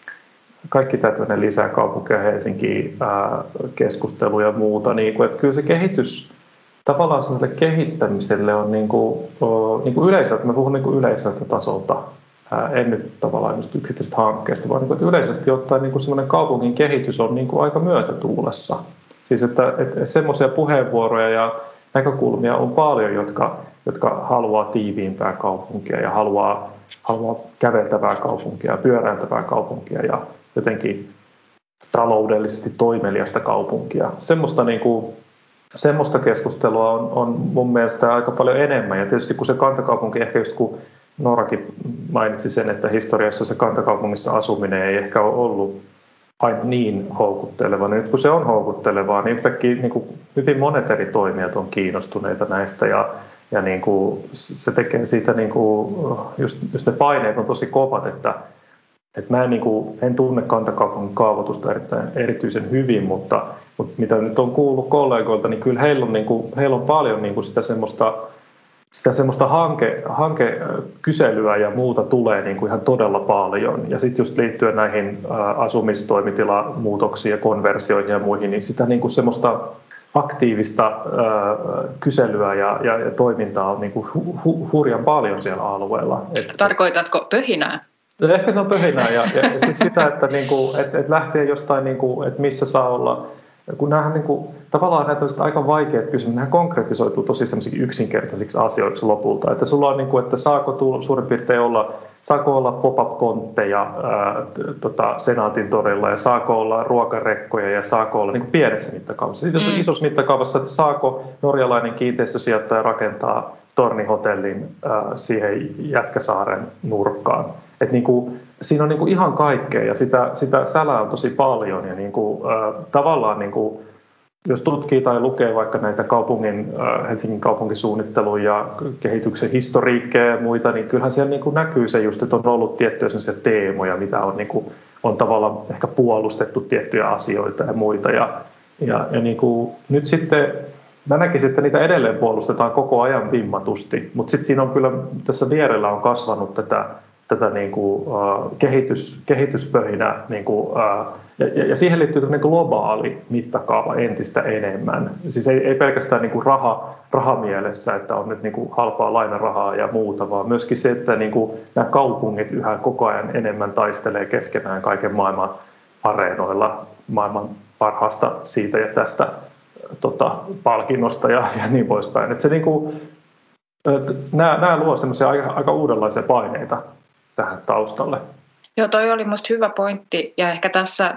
kaikki tämmöinen lisäkaupunki ja Helsinki ää, keskustelu ja muuta, niin kuin, että kyllä se kehitys, tavallaan semmoiselle kehittämiselle on niin kuin, o, niin kuin yleiseltä, mä puhun niin kuin yleiseltä tasolta, ää, en nyt tavallaan just yksittäisestä hankkeesta, vaan niin kuin, että yleisesti ottaen niin kuin semmoinen kaupungin kehitys on niin kuin aika myötätuulessa. Siis että, että semmoisia puheenvuoroja ja näkökulmia on paljon, jotka, jotka haluaa tiiviimpää kaupunkia ja haluaa, haluaa käveltävää kaupunkia ja pyöräiltävää kaupunkia ja jotenkin taloudellisesti toimeliasta kaupunkia. Semmoista, niin kuin, semmoista keskustelua on, on mun mielestä aika paljon enemmän. Ja tietysti kun se kantakaupunki, ehkä just kun Noorakin mainitsi sen, että historiassa se kantakaupungissa asuminen ei ehkä ole ollut aina niin houkutteleva. Nyt kun se on houkuttelevaa, niin yhtäkkiä niin kuin hyvin monet eri toimijat on kiinnostuneita näistä ja, ja niin kuin se tekee siitä, niin kuin, just, just ne paineet on tosi kovat, että Et mä en, niin kuin, en tunne kantakaupungin kaavoitusta erittäin, erityisen hyvin, mutta, mutta mitä nyt on kuullut kollegoilta, niin kyllä heillä on, niin kuin, heillä on paljon niin kuin sitä semmoista, sitä semmoista hanke, hankekyselyä ja muuta tulee niin kuin ihan todella paljon. Ja sitten just liittyen näihin asumistoimitilamuutoksiin ja konversioihin ja muihin, niin sitä niin kuin semmoista aktiivista ää, kyselyä ja, ja, ja toimintaa on niin kuin hu, hu, hurjan paljon siellä alueella. Et, Tarkoitatko pöhinää? Ehkä se on pöhinää ja, ja siis sitä, että, niinku, että, että lähtee jostain, niinku, että missä saa olla, kun näähän niinku, tavallaan näitä aika vaikeat kysymykset, nehän konkretisoituu tosi semmoisiksi yksinkertaisiksi asioiksi lopulta, että sulla on niinku, että saako tulla, suurin piirtein olla, saako olla pop-up-kontteja ää, tota, Senaatin torilla ja saako olla ruokarekkoja ja saako olla niinku pienessä mittakaavassa. Sitten jos on isossa mittakaavassa, että saako norjalainen kiinteistösijoittaja rakentaa tornihotellin ää, siihen Jätkäsaaren nurkkaan. Et niinku, siinä on niinku ihan kaikkea ja sitä, sitä sälää on tosi paljon ja niinku, äh, tavallaan niinku, jos tutkii tai lukee vaikka näitä kaupungin, äh, Helsingin kaupunkisuunnittelun ja kehityksen historiikkeja ja muita, niin kyllähän siellä niinku näkyy se just, että on ollut tiettyjä sellaisia teemoja, mitä on, niinku, on tavallaan ehkä puolustettu tiettyjä asioita ja muita ja, ja, ja niinku, nyt sitten mä näkisin, että niitä edelleen puolustetaan koko ajan vimmatusti, mutta sitten siinä on kyllä, tässä vierellä on kasvanut tätä tätä niin kuin, uh, kehitys, kehityspöhinä niin kuin, uh, ja, ja, ja siihen liittyy tämmöinen globaali mittakaava entistä enemmän. Siis ei, ei pelkästään niin kuin raha, rahamielessä, että on nyt niin kuin halpaa lainarahaa ja muuta, vaan myöskin se, että niin kuin nämä kaupungit yhä koko ajan enemmän taistelee keskenään kaiken maailman areenoilla maailman parhaasta siitä ja tästä tota, palkinnosta ja, ja niin poispäin. Että se niin kuin, nämä, nämä luovat semmoisia aika, aika uudenlaisia paineita tähän taustalle. Joo, toi oli musta hyvä pointti ja ehkä tässä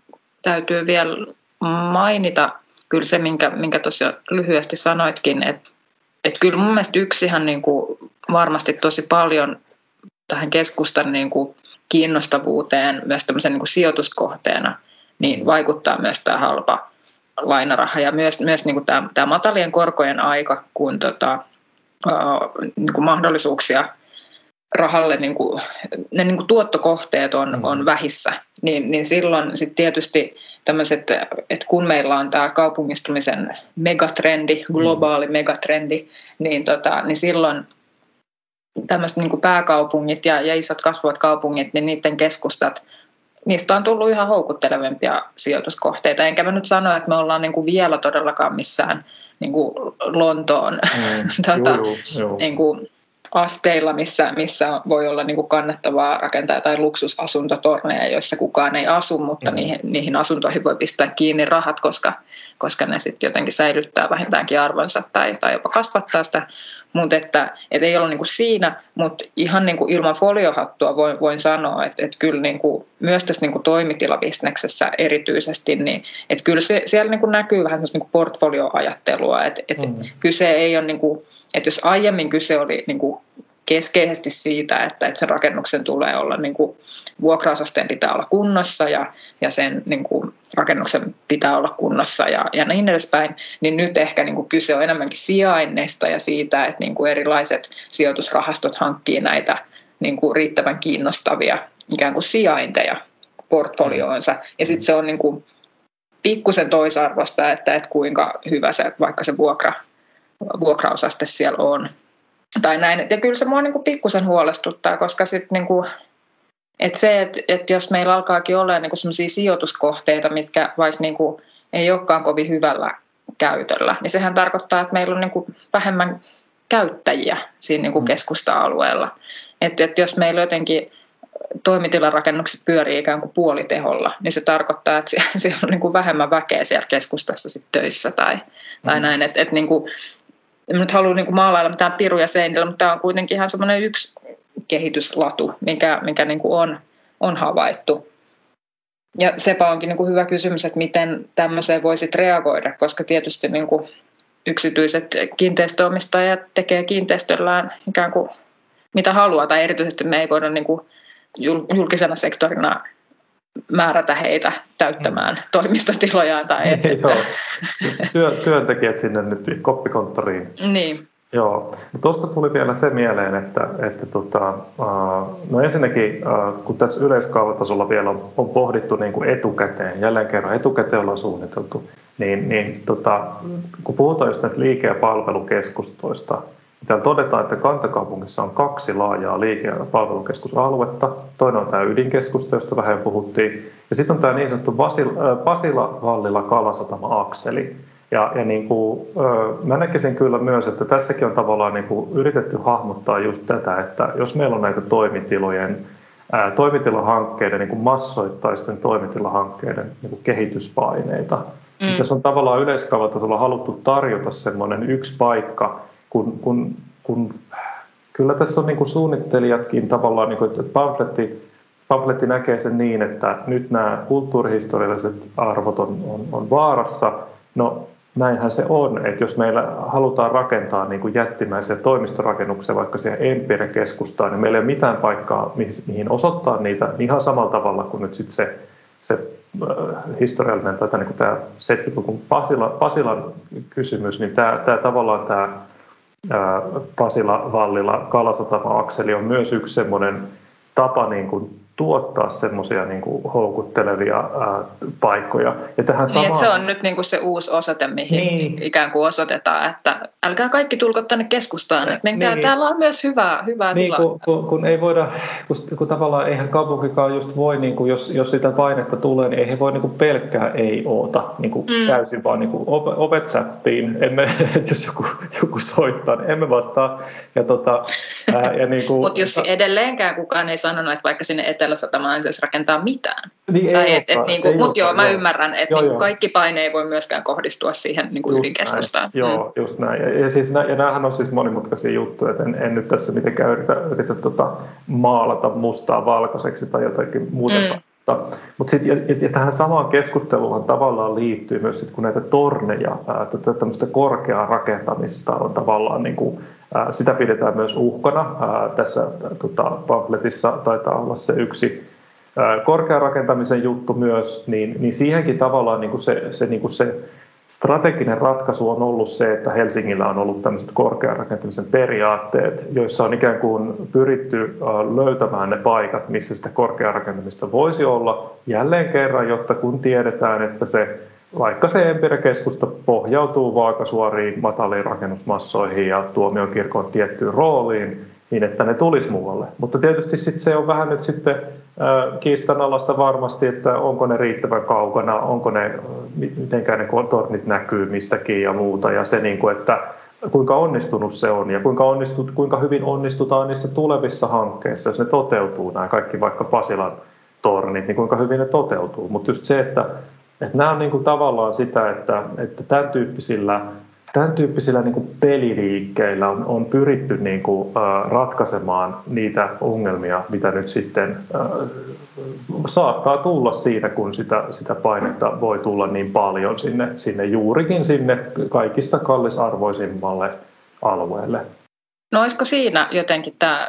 täytyy vielä mainita kyllä se, minkä, minkä tuossa lyhyesti sanoitkin, että, että kyllä mun mielestä yksi ihan niin kuin varmasti tosi paljon tähän keskustan niin kuin kiinnostavuuteen myös tämmöisen niin kuin sijoituskohteena niin vaikuttaa myös tämä halpa lainaraha ja myös, myös niin kuin tämä, tämä matalien korkojen aika, kun tota, ää, niin kuin mahdollisuuksia rahalle, niin kuin, ne niin kuin tuottokohteet on, on vähissä, niin, niin silloin sitten tietysti tämmöiset, että kun meillä on tämä kaupungistumisen megatrendi, globaali megatrendi, niin, tota, niin silloin tämmöiset niin kuin pääkaupungit ja, ja isot kasvavat kaupungit, niin niiden keskustat, niistä on tullut ihan houkuttelevampia sijoituskohteita. Enkä mä nyt sano, että me ollaan niin kuin vielä todellakaan missään niin kuin Lontoon mm, tota, joo, joo. Niin kuin asteilla, missä, missä voi olla niin kuin kannattavaa rakentaa jotain luksusasuntotorneja, joissa kukaan ei asu, mutta mm. niihin, niihin asuntoihin voi pistää kiinni rahat, koska, koska ne sitten jotenkin säilyttää vähintäänkin arvonsa tai, tai jopa kasvattaa sitä. Mutta että et ei ole niinku siinä, mutta ihan niinku ilman foliohattua voin, voin sanoa, että et kyllä niinku, myös tässä niinku toimitilabisneksessä erityisesti, niin että kyllä se, siellä niinku näkyy vähän niinku portfolioajattelua, että et mm. kyse ei ole, niinku, että jos aiemmin kyse oli niinku keskeisesti siitä, että, että sen rakennuksen tulee olla, niin kuin, vuokrausasteen pitää olla kunnossa ja, ja sen niin kuin, rakennuksen pitää olla kunnossa ja, ja niin edespäin, niin nyt ehkä niin kuin, kyse on enemmänkin sijainneista ja siitä, että niin kuin, erilaiset sijoitusrahastot hankkii näitä niin kuin, riittävän kiinnostavia ikään kuin sijainteja portfolioonsa ja sitten se on niin kuin, pikkusen toisarvosta, että, että kuinka hyvä se vaikka se vuokra, vuokrausaste siellä on. Tai näin. Ja kyllä se mua niin kuin pikkusen huolestuttaa, koska sit niin kuin, että se, että, että jos meillä alkaakin olla niin kuin sellaisia sijoituskohteita, mitkä vaikka niin kuin ei olekaan kovin hyvällä käytöllä, niin sehän tarkoittaa, että meillä on niin kuin vähemmän käyttäjiä siinä niin kuin keskusta-alueella. Että, että jos meillä jotenkin toimitilarakennukset pyörii ikään kuin puoliteholla, niin se tarkoittaa, että siellä on niin kuin vähemmän väkeä siellä keskustassa sit töissä tai, tai näin. Että, että niin kuin, en nyt halua niin kuin maalailla mitään piruja seinillä, mutta tämä on kuitenkin ihan semmoinen yksi kehityslatu, mikä, mikä niin kuin on, on havaittu. Ja sepä onkin niin kuin hyvä kysymys, että miten tämmöiseen voisit reagoida, koska tietysti niin kuin yksityiset kiinteistöomistajat tekee kiinteistöllään ikään kuin mitä haluaa, tai erityisesti me ei voida niin kuin julkisena sektorina määrätä heitä täyttämään toimistotilojaan. Tai että... Joo. Työ, työntekijät sinne nyt koppikonttoriin. Niin. Joo. Tuosta tuli vielä se mieleen, että, että tota, no ensinnäkin, kun tässä yleiskaavatasolla vielä on, on pohdittu niin kuin etukäteen, jälleen kerran etukäteen ollaan suunniteltu, niin, niin tota, kun puhutaan just näistä liike- ja palvelukeskustoista, täällä todetaan, että Kantakaupungissa on kaksi laajaa liike- ja palvelukeskusaluetta. Toinen on tämä ydinkeskusta, josta vähän puhuttiin. Ja sitten on tämä niin sanottu Pasila-Vallila-Kalasatama-akseli. Ja, ja niin kuin, mä näkisin kyllä myös, että tässäkin on tavallaan niin kuin yritetty hahmottaa just tätä, että jos meillä on näitä toimitilojen, ää, toimitilahankkeiden, niin kuin massoittaisten toimitilahankkeiden niin kuin kehityspaineita. Mm. Tässä on tavallaan yleiskaavatasolla haluttu tarjota semmoinen yksi paikka, Kun, kun, kun, kyllä tässä on niin kuin suunnittelijatkin tavallaan, niin kuin, että pamfletti, pamfletti näkee sen niin, että nyt nämä kulttuurihistorialliset arvot on, on, on vaarassa. No näinhän se on, että jos meillä halutaan rakentaa niin kuin jättimäisiä toimistorakennuksia vaikka siihen Empire-keskustaan, niin meillä ei ole mitään paikkaa, mihin osoittaa niitä ihan samalla tavalla kuin nyt sitten se, se äh, historiallinen tai niin kuin tämä seitsemänkymmentäluvun Pasila, Pasilan kysymys, niin tämä, tämä tavallaan tämä Pasila-Vallila-Kalasatama-akseli on myös yksi semmoinen tapa niin kuin tuottaa semmoisia niin kuin houkuttelevia ää, paikkoja. Ja tähän niin, samaan... että se on nyt niin kuin se uusi osoite, mihin niin. ikään kuin osoitetaan, että älkää kaikki tulko tänne keskustaan, että menkää, niin. Täällä on myös hyvää, hyvää niin, tilaa. Kun, kun, kun ei voida, kun, kun tavallaan eihän kaupunkikaan just voi, niin kuin jos, jos sitä painetta tulee, niin ei he voi niin kuin pelkkää ei oota niin kuin mm. täysin vaan niin kuin ovet chattiin, emme, jos joku, joku soittaa, niin emme vastaa. Ja tota, niin Mutta jos edelleenkään kukaan ei sanonut, että vaikka sinne Etelä-Satamaan ei rakentaa mitään. Niin tai ei et, et, niinku, Mutta joo, mä ymmärrän, että niinku, kaikki paine ei voi myöskään kohdistua siihen niinku ydinkeskustaan. Mm. Joo, just näin. Ja, ja, siis, ja näähän on siis monimutkaisia juttuja, että en, en nyt tässä mitenkään yritä, yritä tota, maalata mustaa valkoiseksi tai jotakin muuta. Mm. Mutta sitten ja, ja tähän samaan keskusteluun tavallaan liittyy myös, sit, kun näitä torneja, ää, tämmöistä korkeaa rakentamista on tavallaan, niin kuin, ää, sitä pidetään myös uhkana. Ää, tässä tota, pamfletissa taitaa olla se yksi ää, korkean rakentamisen juttu myös, niin, niin siihenkin tavallaan niin kuin se, se, niin kuin se strateginen ratkaisu on ollut se, että Helsingillä on ollut tämmöiset korkean rakentamisen periaatteet, joissa on ikään kuin pyritty löytämään ne paikat, missä sitä korkean rakentamista voisi olla jälleen kerran, jotta kun tiedetään, että se, vaikka se Empire-keskusta pohjautuu vaakasuoriin mataliin rakennusmassoihin ja Tuomiokirkon tiettyyn rooliin, niin että ne tulisi muualle. Mutta tietysti sit se on vähän nyt sitten äh, kiistanalaista varmasti, että onko ne riittävän kaukana, onko ne, mitenkään ne tornit näkyy mistäkin ja muuta. Ja se, niin kuin, että kuinka onnistunut se on ja kuinka, onnistut, kuinka hyvin onnistutaan niissä tulevissa hankkeissa, jos ne toteutuu, nämä kaikki vaikka Pasilan tornit, niin kuinka hyvin ne toteutuu. Mutta just se, että, että nämä on niin kuin tavallaan sitä, että, että tämän tyyppisillä Tämän tyyppisillä niin kuin peliliikkeillä on, on pyritty niin kuin, äh, ratkaisemaan niitä ongelmia, mitä nyt sitten äh, saattaa tulla siinä, kun sitä, sitä painetta voi tulla niin paljon sinne, sinne juurikin sinne kaikista kallisarvoisimmalle alueelle. No olisiko siinä jotenkin tämä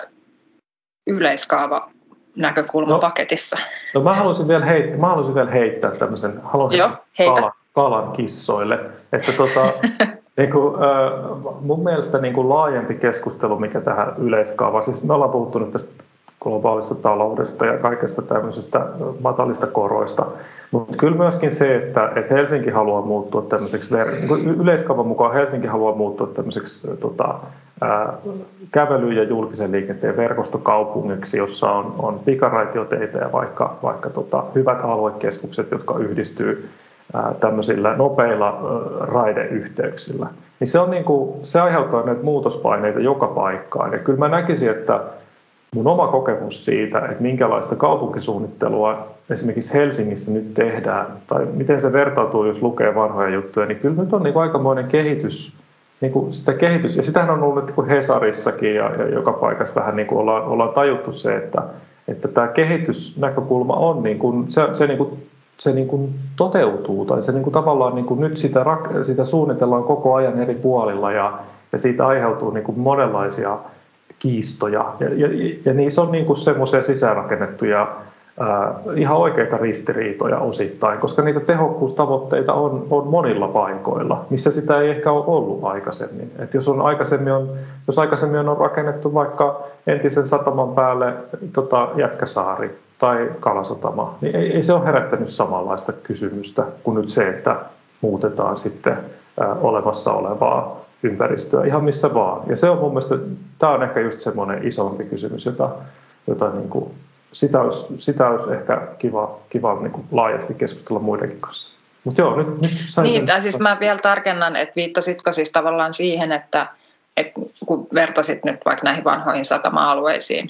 yleiskaava näkökulma no, paketissa? No mä haluaisin vielä heittää, mä haluaisin vielä heittää tämmöisen, haluan Joo, heitä. kalan, kalan kissoille, että tota, niin kuin, äh, mun mielestä niin kuin laajempi keskustelu, mikä tähän yleiskaavaan, siis me ollaan puhuttu nyt tästä globaalista taloudesta ja kaikesta tämmöisestä matalista koroista, mutta kyllä myöskin se, että, että Helsinki haluaa muuttua tämmöiseksi, niin yleiskaavan mukaan Helsinki haluaa muuttua tämmöiseksi tota, ää, kävely- ja julkisen liikenteen verkostokaupungiksi, jossa on, on pikaraitioteitä ja vaikka, vaikka tota, hyvät aluekeskukset, jotka yhdistyy tämmöisillä nopeilla raideyhteyksillä. Niin se, on niin kuin, se aiheuttaa näitä muutospaineita joka paikkaan. Ja kyllä mä näkisin, että mun oma kokemus siitä, että minkälaista kaupunkisuunnittelua esimerkiksi Helsingissä nyt tehdään, tai miten se vertautuu, jos lukee vanhoja juttuja, niin kyllä nyt on niin kuin aikamoinen kehitys. Niin kuin sitä kehitys, ja sitähän on ollut niin kuin Hesarissakin ja, ja joka paikassa vähän niin kuin ollaan, ollaan tajuttu se, että, että tämä kehitysnäkökulma on niin kuin, se, se niin kuin se niin kuin toteutuu, tai se niin kuin tavallaan niin kuin nyt sitä, sitä suunnitellaan koko ajan eri puolilla, ja, ja siitä aiheutuu niin kuin monenlaisia kiistoja, ja, ja, ja niissä on niin kuin semmoisia sisäänrakennettuja ää, ihan oikeita ristiriitoja osittain, koska niitä tehokkuustavoitteita on, on monilla paikoilla, missä sitä ei ehkä ole ollut aikaisemmin. Et jos, on aikaisemmin on, jos aikaisemmin on rakennettu vaikka entisen sataman päälle tota, Jätkäsaari, tai Kalasatama, niin ei, ei se ole herättänyt samanlaista kysymystä kuin nyt se, että muutetaan sitten ää, olemassa olevaa ympäristöä ihan missä vaan. Ja se on mun mielestä, tämä on ehkä just semmoinen isompi kysymys, jota, jota niin kuin, sitä, olisi, sitä olisi ehkä kiva, kiva niin kuin laajasti keskustella muidenkin kanssa. Mutta joo, nyt, nyt sain niin, sen. Siis mä vielä tarkennan, että viittasitko siis tavallaan siihen, että, että kun vertasit nyt vaikka näihin vanhoihin satama-alueisiin,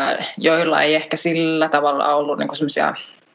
joilla ei ehkä sillä tavalla ollut niin kuin semmoisia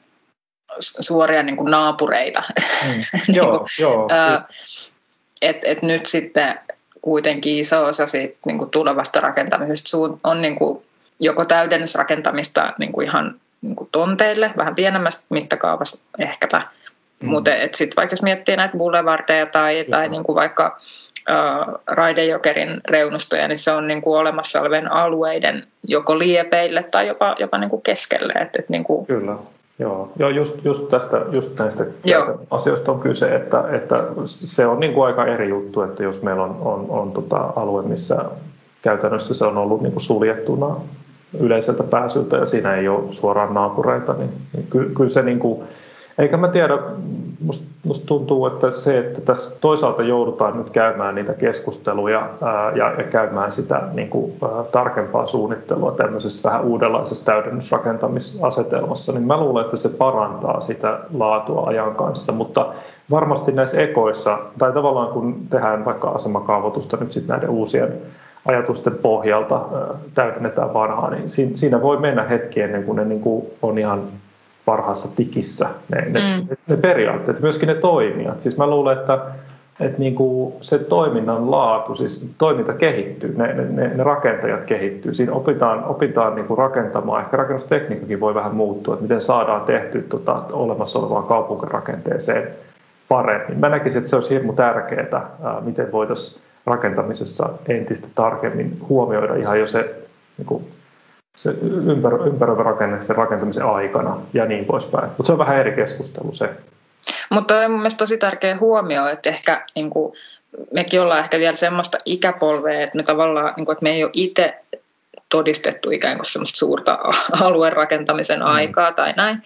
suoria niin kuin naapureita. Mm. niin joo, kuin, joo. Että et nyt sitten kuitenkin iso osa siitä, niin kuin tulevasta rakentamisesta on niin kuin joko täydennysrakentamista niin kuin ihan niin kuin tonteille, vähän pienemmästä mittakaavasta ehkäpä. Mm. Mutta sitten vaikka jos miettii näitä boulevardeja tai, tai niin kuin vaikka Raidejokerin reunustoja, niin se on niin kuin olemassa olevien alueiden joko liepeille tai jopa, jopa niin kuin keskelle. Et, et niin kuin... Kyllä, joo. joo just, just, tästä, just näistä joo. asioista on kyse, että, että se on niin kuin aika eri juttu, että jos meillä on, on, on tota alue, missä käytännössä se on ollut niin kuin suljettuna yleiseltä pääsyltä ja siinä ei ole suoraan naapureita, niin, niin ky, kyllä se niin kuin, eikä mä tiedä, musta, musta tuntuu, että se, että tässä toisaalta joudutaan nyt käymään niitä keskusteluja ää, ja, ja käymään sitä niin kuin, ää, tarkempaa suunnittelua tämmöisessä vähän uudenlaisessa täydennysrakentamisasetelmassa, niin mä luulen, että se parantaa sitä laatua ajan kanssa, mutta varmasti näissä ekoissa, tai tavallaan kun tehdään vaikka asemakaavoitusta nyt sitten näiden uusien ajatusten pohjalta ää, täydennetään vanhaa, niin siinä voi mennä hetki ennen kuin ne niin kuin on ihan parhaassa tikissä ne, ne, mm. ne, ne periaatteet, myöskin ne toimijat. Siis mä luulen, että, että niinku se toiminnan laatu, siis toiminta kehittyy, ne, ne, ne rakentajat kehittyy. Siinä opitaan, opitaan niinku rakentamaan, ehkä rakennustekniikkakin voi vähän muuttua, että miten saadaan tehtyä tota olemassa olevaan kaupunkirakenteeseen paremmin. Mä näkisin, että se olisi hirmu tärkeää, miten voitaisiin rakentamisessa entistä tarkemmin huomioida ihan jo se niinku, se ympäröivä, ympäröivä rakenne sen rakentamisen aikana ja niin poispäin. Mutta se on vähän eri keskustelu se. Mutta on mun mielestä tosi tärkeä huomio, että ehkä niin kuin, mekin ollaan ehkä vielä semmoista ikäpolvea, että me tavallaan, niin kuin, että me ei ole itse todistettu ikään kuin semmoista suurta alueen rakentamisen mm. aikaa tai näin.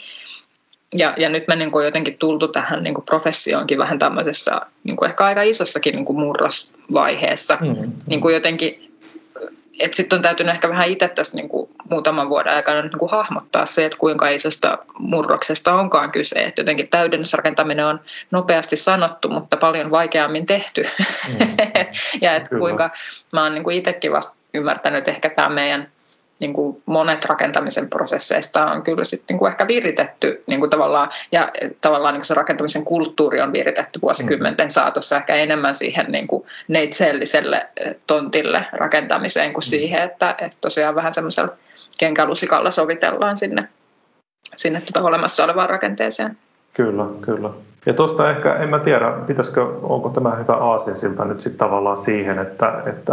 Ja, ja nyt me niin kuin jotenkin tultu tähän niin kuin professioonkin vähän tämmöisessä niin kuin ehkä aika isossakin niin kuin murrosvaiheessa. Mm. Niin kuin jotenkin, että sitten on täytynyt ehkä vähän itse tässä niin kuin muutaman vuoden aikana niin kuin hahmottaa se, että kuinka isosta murroksesta onkaan kyse. Että jotenkin täydennysrakentaminen on nopeasti sanottu, mutta paljon vaikeammin tehty. Mm. ja että kuinka mä oon niin kuin itsekin vasta ymmärtänyt, että ehkä tämä meidän niin kuin monet rakentamisen prosesseista on kyllä sitten niin kuin ehkä viritetty niin kuin tavallaan, ja tavallaan niin kuin se rakentamisen kulttuuri on viritetty vuosikymmenten saatossa ehkä enemmän siihen niin kuin neitseelliselle tontille rakentamiseen kuin siihen, että, että tosiaan vähän semmoisella kenkälusikalla sovitellaan sinne, sinne tuota olemassa olevaan rakenteeseen. Kyllä, kyllä. Ja tuosta ehkä, en mä tiedä, pitäisikö, onko tämä hyvä aasinsilta nyt sitten tavallaan siihen, että, että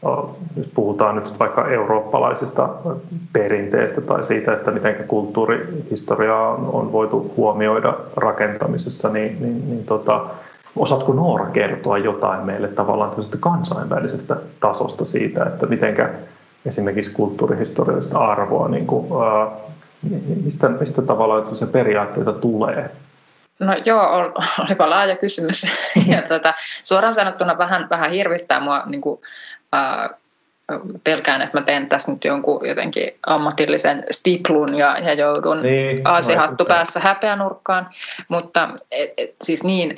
jos puhutaan nyt vaikka eurooppalaisista perinteistä tai siitä, että miten kulttuurihistoriaa on, on voitu huomioida rakentamisessa, niin, niin, niin tota, osaatko Noora kertoa jotain meille tavallaan tämmöisestä kansainvälisestä tasosta siitä, että mitenkä esimerkiksi kulttuurihistoriallista arvoa, niin kuin, ää, mistä, mistä tavallaan se periaatteita tulee? No joo, olipa laaja kysymys. ja tota, suoraan sanottuna vähän, vähän hirvittää mua niin kuin, ää, pelkään, että mä teen tässä nyt jonkun jotenkin ammatillisen stiplun ja, ja joudun niin, aasihattu päässä häpeänurkkaan. Mutta et, et, siis niin,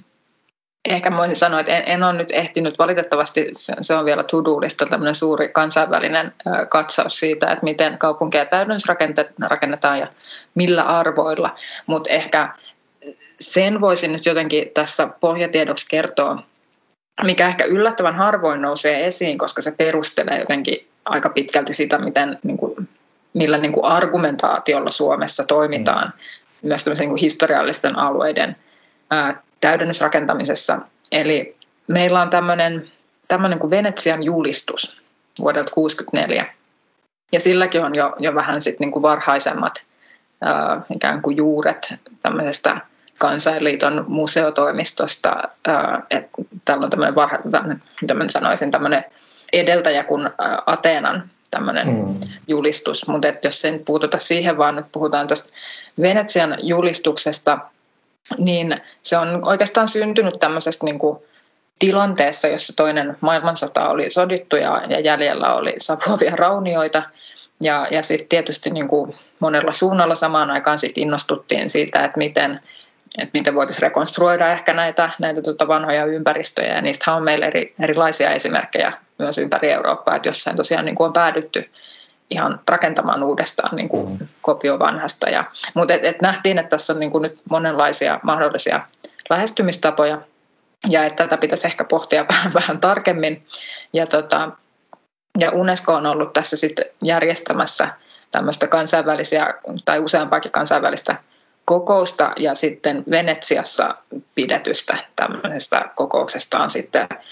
ehkä mä voisin sanoa, että en, en ole nyt ehtinyt, valitettavasti se on vielä to-do-lista, tämmöinen suuri kansainvälinen ää, katsaus siitä, että miten kaupunkeja täydennysrakennetaan ja millä arvoilla, mutta ehkä sen voisin nyt jotenkin tässä pohjatiedoksi kertoa, mikä ehkä yllättävän harvoin nousee esiin, koska se perustelee jotenkin aika pitkälti sitä, miten, niin kuin, millä niin kuin argumentaatiolla Suomessa toimitaan mm. myös tämmöisen niin kuin historiallisten alueiden ää, täydennysrakentamisessa. Eli meillä on tämmöinen, tämmöinen kuin Venetsian julistus vuodelta tuhatyhdeksänsataakuusikymmentäneljä, ja silläkin on jo, jo vähän sit niin kuin varhaisemmat ää, ikään kuin juuret tämmöisestä Kansainliiton museotoimistosta, että täällä on tämmöinen, varha, tämmöinen sanoisin, tämmöinen edeltäjä kuin Ateenan tämmöinen mm. julistus, mutta jos sen puututa siihen, vaan nyt puhutaan tästä Venetsian julistuksesta, niin se on oikeastaan syntynyt tämmöisestä niin kuin tilanteessa, jossa toinen maailmansota oli sodittu ja, ja jäljellä oli savuavia raunioita. Ja, ja sitten tietysti niin kuin monella suunnalla samaan aikaan sit innostuttiin siitä, että miten että miten voitaisiin rekonstruoida ehkä näitä, näitä tuota vanhoja ympäristöjä, ja niistä on meillä eri, erilaisia esimerkkejä myös ympäri Eurooppaa, että jossain tosiaan niin kuin on päädytty ihan rakentamaan uudestaan niin kuin mm. kopio vanhasta. Ja, mutta et, et nähtiin, että tässä on niin kuin nyt monenlaisia mahdollisia lähestymistapoja, ja että tätä pitäisi ehkä pohtia vähän, vähän tarkemmin. Ja, tota, ja UNESCO on ollut tässä sitten järjestämässä tämmöistä kansainvälisiä tai useampaakin kansainvälistä kokousta, ja sitten Venetsiassa pidetystä tämmöisestä kokouksesta on sitten ö,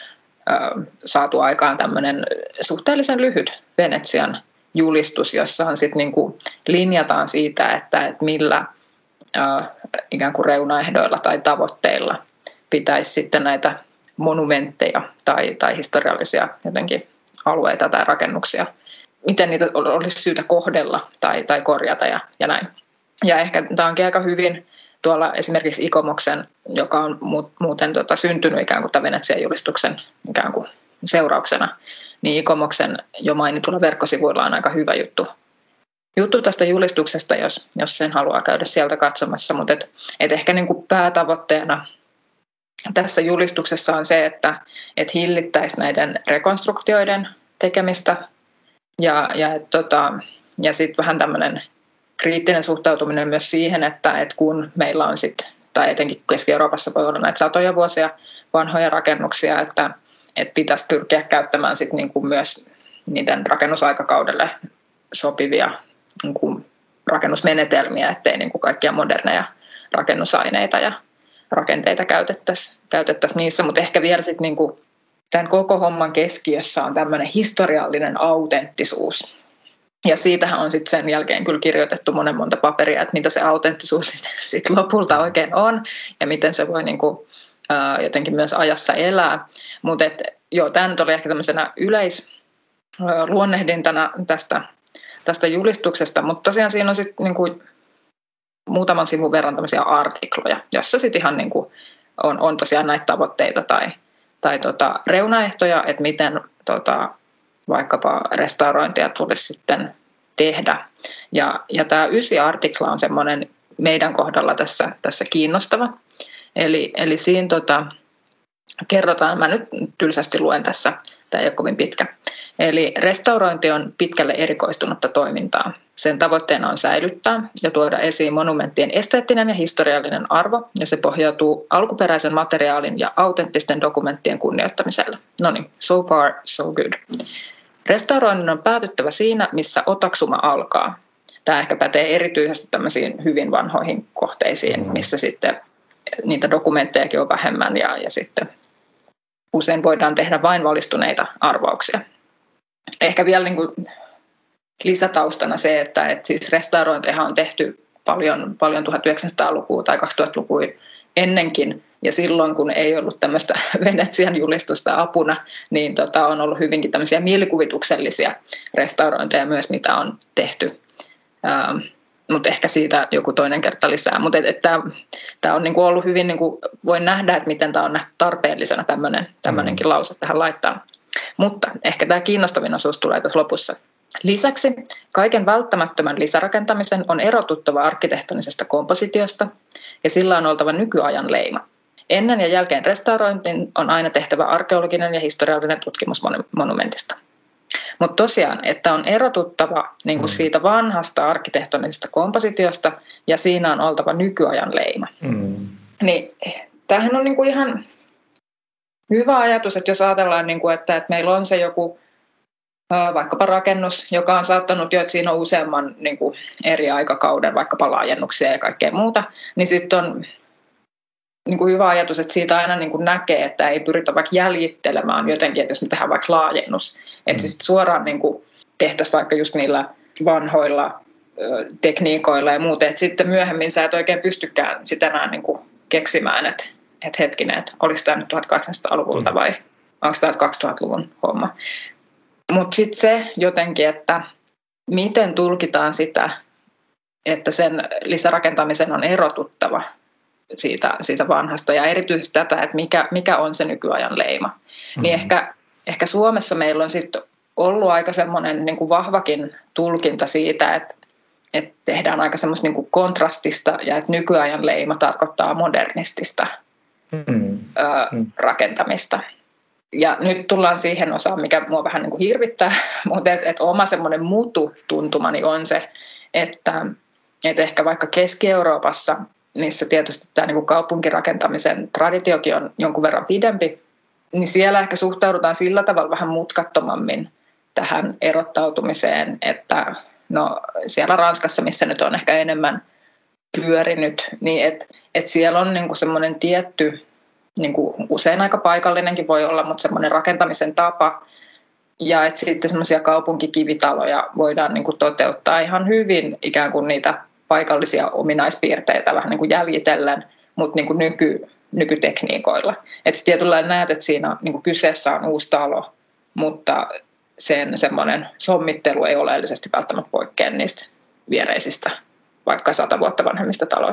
saatu aikaan tämmöinen suhteellisen lyhyt Venetsian julistus, jossa on sitten niinku linjataan siitä, että, että millä ö, ikään kuin reunaehdoilla tai tavoitteilla pitäisi sitten näitä monumentteja tai, tai historiallisia jotenkin alueita tai rakennuksia, miten niitä olisi syytä kohdella tai, tai korjata ja, ja näin. Ja ehkä tämä onkin aika hyvin tuolla esimerkiksi Ikomoksen, joka on muuten tota, syntynyt ikään kuin tämän Venetsian julistuksen ikään kuin seurauksena, niin Ikomoksen jo mainitulla verkkosivuilla on aika hyvä juttu. Juttu tästä julistuksesta, jos, jos sen haluaa käydä sieltä katsomassa, mutta et, et ehkä niin kuin päätavoitteena tässä julistuksessa on se, että et hillittäisi näiden rekonstruktioiden tekemistä ja, ja, et, tota, ja sitten vähän tämmöinen kriittinen suhtautuminen myös siihen, että et kun meillä on sitten, tai etenkin Keski-Euroopassa voi olla näitä satoja vuosia vanhoja rakennuksia, että et pitäisi pyrkiä käyttämään sit niinku myös niiden rakennusaikakaudelle sopivia niinku rakennusmenetelmiä, ettei niinku kaikkia moderneja rakennusaineita ja rakenteita käytettäisiin käytettäisi niissä, mutta ehkä vielä sitten niinku tämän koko homman keskiössä on tämmöinen historiallinen autenttisuus. Ja siitähän on sitten sen jälkeen kyllä kirjoitettu monen monta paperia, että mitä se autenttisuus sitten sit lopulta oikein on ja miten se voi niinku, ää, jotenkin myös ajassa elää. Mutta joo, tämä nyt oli ehkä tämmöisenä yleisluonnehdintana tästä, tästä julistuksesta, mutta tosiaan siinä on sitten niinku muutaman sivun verran tämmöisiä artikloja, jossa sitten ihan niinku on, on tosiaan näitä tavoitteita tai, tai tota reunaehtoja, että miten tota, vaikkapa restaurointia tulisi sitten tehdä. Ja, ja tämä ysi artikla on semmoinen meidän kohdalla tässä, tässä kiinnostava. Eli, eli siinä tota, kerrotaan, mä nyt tylsästi luen tässä, tämä ei ole kovin pitkä. Eli restaurointi on pitkälle erikoistunutta toimintaa. Sen tavoitteena on säilyttää ja tuoda esiin monumenttien esteettinen ja historiallinen arvo, ja se pohjautuu alkuperäisen materiaalin ja autenttisten dokumenttien kunnioittamiselle. No niin, so far, so good. Restauroinnin on päätyttävä siinä, missä otaksuma alkaa. Tämä ehkä pätee erityisesti tämmöisiin hyvin vanhoihin kohteisiin, missä sitten niitä dokumenttejakin on vähemmän ja, ja sitten usein voidaan tehdä vain valistuneita arvauksia. Ehkä vielä niin kuin lisätaustana se, että et siis restaurointeja on tehty paljon, paljon tuhatyhdeksänsataalukua tai kaksituhattalukua ennenkin, ja silloin kun ei ollut tämmöistä Venetsian julistusta apuna, niin tota, on ollut hyvinkin tämmöisiä mielikuvituksellisia restaurointeja myös, mitä on tehty. Ähm, mutta ehkä siitä joku toinen kerta lisää. Mutta tämä on niinku ollut hyvin, niinku, voin nähdä, että miten tämä on nähty tarpeellisena tämmöinenkin lause tähän laittaa. Mutta ehkä tämä kiinnostavin osuus tulee tässä lopussa. Lisäksi kaiken välttämättömän lisärakentamisen on erotuttava arkkitehtonisesta kompositiosta ja sillä on oltava nykyajan leima. Ennen ja jälkeen restaurointin on aina tehtävä arkeologinen ja historiallinen tutkimus monumentista. Mutta tosiaan, että on erotuttava niin kuin siitä vanhasta arkkitehtonisesta kompositiosta ja siinä on oltava nykyajan leima. Mm. Niin tämähän on niin kuin ihan hyvä ajatus, että jos ajatellaan, niin kuin, että, että meillä on se joku vaikkapa rakennus, joka on saattanut jo, että siinä on useamman niin kuin eri aikakauden, vaikkapa laajennuksia ja kaikkea muuta, niin sitten on niin kuin hyvä ajatus, että siitä aina niin kuin näkee, että ei pyritä vaikka jäljittelemään jotenkin, että jos me tehdään vaikka laajennus, että mm. sitten suoraan niin kuin tehtäisiin vaikka just niillä vanhoilla ö, tekniikoilla ja muuta, että sitten myöhemmin sä et oikein pystykään sitä enää niin kuin keksimään, että, että hetkinen, että oliko tämä nyt tuhatkahdeksansataaluvulta vai onko tämä kaksituhattaluvun homma. Mutta sitten se jotenkin, että miten tulkitaan sitä, että sen lisärakentamisen on erotuttava siitä, siitä vanhasta ja erityisesti tätä, että mikä, mikä on se nykyajan leima. Mm-hmm. Niin ehkä, ehkä Suomessa meillä on sitten ollut aika semmoinen niin kuin vahvakin tulkinta siitä, että, että tehdään aika semmoista niin kuin kontrastista ja että nykyajan leima tarkoittaa modernistista mm-hmm. ö, rakentamista. Ja nyt tullaan siihen osaan, mikä mua vähän niin kuin hirvittää, mutta et, et oma semmoinen mutu-tuntumani on se, että et ehkä vaikka Keski-Euroopassa, missä tietysti tämä niin kuin kaupunkirakentamisen traditiokin on jonkun verran pidempi, niin siellä ehkä suhtaudutaan sillä tavalla vähän mutkattomammin tähän erottautumiseen, että no siellä Ranskassa, missä nyt on ehkä enemmän pyörinyt, niin että et siellä on niin kuin semmoinen tietty, niin kuin usein aika paikallinenkin voi olla, mutta semmoinen rakentamisen tapa, ja että sitten semmoisia kaupunkikivitaloja voidaan niin kuin toteuttaa ihan hyvin ikään kuin niitä paikallisia ominaispiirteitä vähän niin kuin jäljitellen, mutta niin kuin nyky, nykytekniikoilla. Että tietyllä näet, että siinä niin kuin kyseessä on uusi talo, mutta sen semmoinen sommittelu ei oleellisesti välttämättä poikkea niistä viereisistä, vaikka sata vuotta vanhemmista taloista.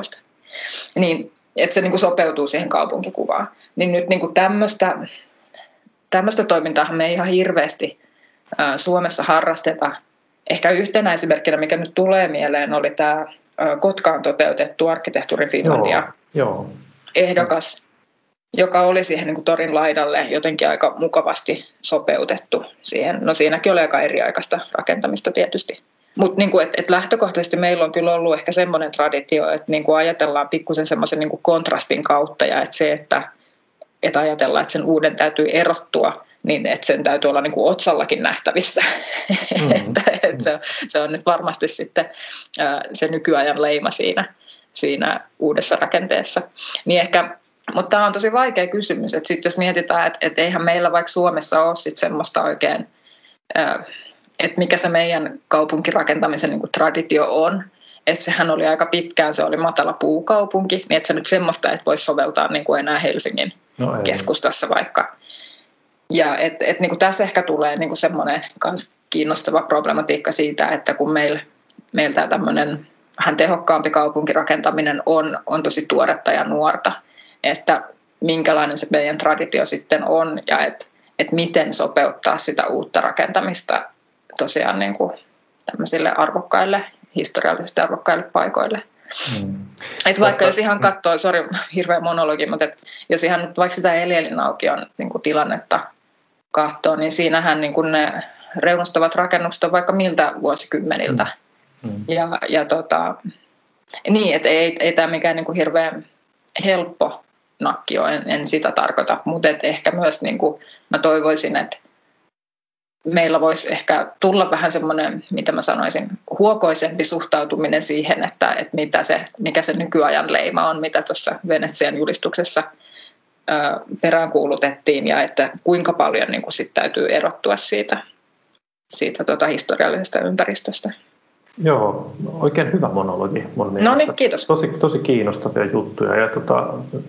niin että se niin kuin sopeutuu siihen kaupunkikuvaan. Niin nyt niin kuin tämmöistä, tämmöistä toimintaahan me ei ihan hirveästi ää, Suomessa harrasteta. Ehkä yhtenä esimerkkinä, mikä nyt tulee mieleen, oli tämä ää, Kotkaan toteutettu Arkkitehtuuri Finlandia Joo, ehdokas, joka oli siihen niin kuin torin laidalle jotenkin aika mukavasti sopeutettu siihen. No siinäkin oli aika eriaikaista rakentamista tietysti. Mutta niin et, et lähtökohtaisesti meillä on kyllä ollut ehkä semmoinen traditio, että niin ajatellaan pikkusen semmoisen niin kontrastin kautta ja että se, että et ajatellaan, että sen uuden täytyy erottua, niin että sen täytyy olla niin kuin otsallakin nähtävissä. Mm-hmm. että, et se, se on nyt varmasti sitten ää, se nykyajan leima siinä, siinä uudessa rakenteessa. Niin ehkä, mutta tämä on tosi vaikea kysymys, että sit jos mietitään, että et eihän meillä vaikka Suomessa ole sit semmoista oikein, ää, että mikä se meidän kaupunkirakentamisen niin kuin traditio on, että sehän oli aika pitkään, se oli matala puukaupunki, niin että se nyt semmoista, että voisi soveltaa niin kuin enää Helsingin no keskustassa vaikka. Ja että et, niin kuin tässä ehkä tulee niin kuin semmoinen kans kiinnostava problematiikka siitä, että kun meillä, meiltä tämmöinen vähän tehokkaampi kaupunkirakentaminen on, on tosi tuoretta ja nuorta, että minkälainen se meidän traditio sitten on ja että et miten sopeuttaa sitä uutta rakentamista tosiaan niin kuin tämmöisille arvokkaille, historiallisesti arvokkaille paikoille. Mm. Et vaikka jos ihan katsoo, sori hirveä monologi, mutta et jos ihan nyt vaikka sitä Eliellinaukion niin kuin tilannetta katsoo, niin siinähän niin kuin ne reunustavat rakennukset on vaikka miltä vuosikymmeniltä. Mm. Mm. Ja, ja tota, niin, että ei, ei tämä mikään niin kuin hirveän helppo nakki ole, en, en sitä tarkoita, mutta et ehkä myös niin kuin mä toivoisin, että meillä voisi ehkä tulla vähän semmoinen, mitä mä sanoisin, huokoisempi suhtautuminen siihen, että, että mitä se, mikä se nykyajan leima on, mitä tuossa Venetsian julistuksessa ää, peräänkuulutettiin, ja että kuinka paljon niin kuin sit täytyy erottua siitä, siitä tota historiallisesta ympäristöstä. Joo, oikein hyvä monologi. No niin, kiitos. Tosi, tosi kiinnostavia juttuja ja tota,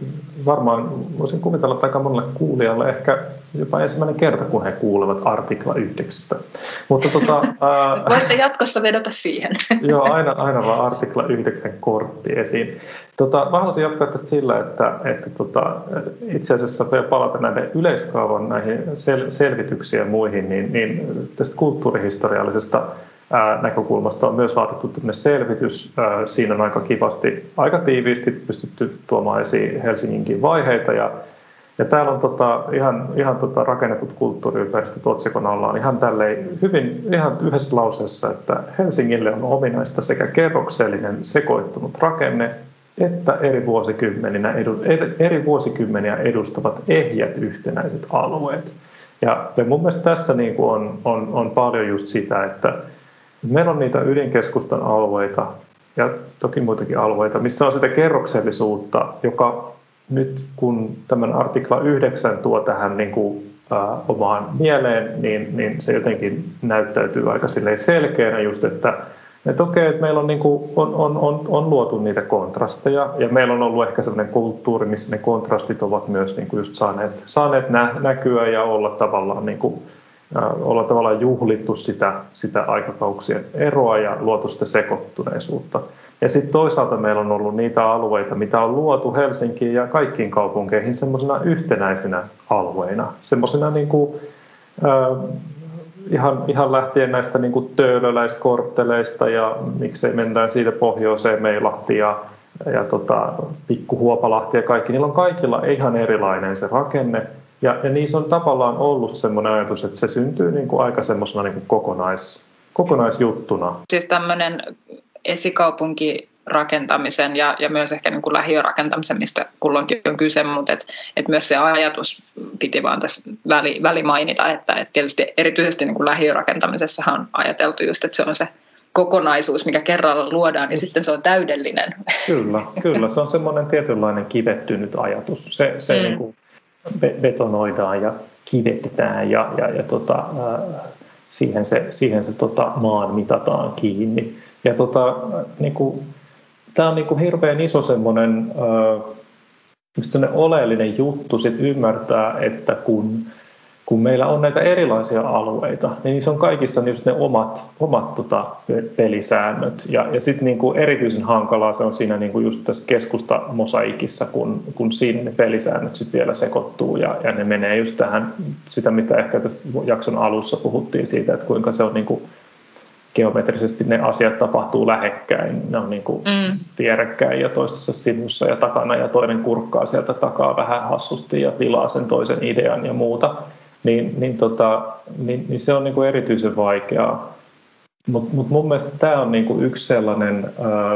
varmaan voisin kuvitella, että aika monelle kuulijalle ehkä jopa ensimmäinen kerta, kun he kuulevat artikla yhdeksästä. Mutta tota, ää, voitte jatkossa vedota siihen. Joo, aina, aina vaan artikla yhdeksän kortti esiin. Tota, mä haluaisin jatkaa tästä sillä, että, että tota, itse asiassa vielä palata näiden yleiskaavan näihin sel- selvityksiin ja muihin, niin, niin tästä kulttuurihistoriallisesta näkökulmasta on myös laatettu selvitys. Siinä on aika kivasti, aika tiiviisti pystytty tuomaan esiin Helsinginkin vaiheita. Ja, ja täällä on tota, ihan, ihan tota rakennetut kulttuuriympäristöt otsikon alla on ihan tälleen hyvin ihan yhdessä lauseessa, että Helsingille on ominaista sekä kerroksellinen sekoittunut rakenne, että eri, vuosikymmeninä edu, eri vuosikymmeniä edustavat ehjät yhtenäiset alueet. Ja, ja mun mielestä tässä niin kuin on, on, on paljon just sitä, että meillä on niitä ydinkeskustan alueita ja toki muitakin alueita, missä on sitä kerroksellisuutta, joka nyt kun tämän artikla yhdeksän tuo tähän niin kuin, ä, omaan mieleen, niin, niin se jotenkin näyttäytyy aika selkeänä just, että, että okei, että meillä on, niin kuin, on, on, on, on luotu niitä kontrasteja ja meillä on ollut ehkä sellainen kulttuuri, missä ne kontrastit ovat myös niin kuin just saaneet, saaneet nä, näkyä ja olla tavallaan niin kuin, olla tavallaan juhlittu sitä, sitä aikakauksien eroa ja luotu sitä sekoittuneisuutta. Ja sitten toisaalta meillä on ollut niitä alueita, mitä on luotu Helsinkiin ja kaikkiin kaupunkeihin semmoisena yhtenäisenä alueina. Semmoisena niin kuin, äh, ihan, ihan lähtien näistä niin kuin töölöläiskortteleista ja miksei mennään siitä pohjoiseen Meilahti ja, ja tota, Pikkuhuopalahti ja kaikki. Niillä on kaikilla ihan erilainen se rakenne. Ja, ja niissä on tavallaan ollut semmoinen ajatus, että se syntyy niin kuin aika semmoisena niin kuin kokonais, kokonaisjuttuna. Siis tämmöinen esikaupunkirakentamisen ja, ja myös ehkä niin kuin lähiörakentamisen, mistä kulloinkin on kyse, mutta et, et myös se ajatus piti vaan tässä väli, väli mainita, että et tietysti erityisesti niin kuin lähiörakentamisessahan on ajateltu just, että se on se kokonaisuus, mikä kerralla luodaan, niin sitten se on täydellinen. Kyllä, kyllä. Se on semmoinen tietynlainen kivettynyt ajatus. Se, se mm. niin kuin betonoidaan ja kivetetään ja, ja, ja tota, äh, siihen se, siihen se tota, maan mitataan kiinni. Ja tota, niinku, tämä on niinku hirveän iso semmoinen äh, oleellinen juttu sit ymmärtää, että kun kun meillä on näitä erilaisia alueita, niin se on kaikissa just ne omat, omat tota, pelisäännöt. Ja, ja sitten niinku erityisen hankalaa se on siinä niinku just tässä keskustamosaikissa, kun, kun siinä ne pelisäännöt sitten vielä sekoittuu ja, ja ne menee just tähän, sitä mitä ehkä tässä jakson alussa puhuttiin siitä, että kuinka se on niinku geometrisesti ne asiat tapahtuu lähekkäin, ne on niinku mm. vierekkäin ja toisessa sivussa ja takana ja toinen kurkkaa sieltä takaa vähän hassusti ja pilaa sen toisen idean ja muuta. Niin, niin, tota, niin, niin se on niinku erityisen vaikeaa. Mutta mut mun mielestä tämä on niinku yksi sellainen, ää,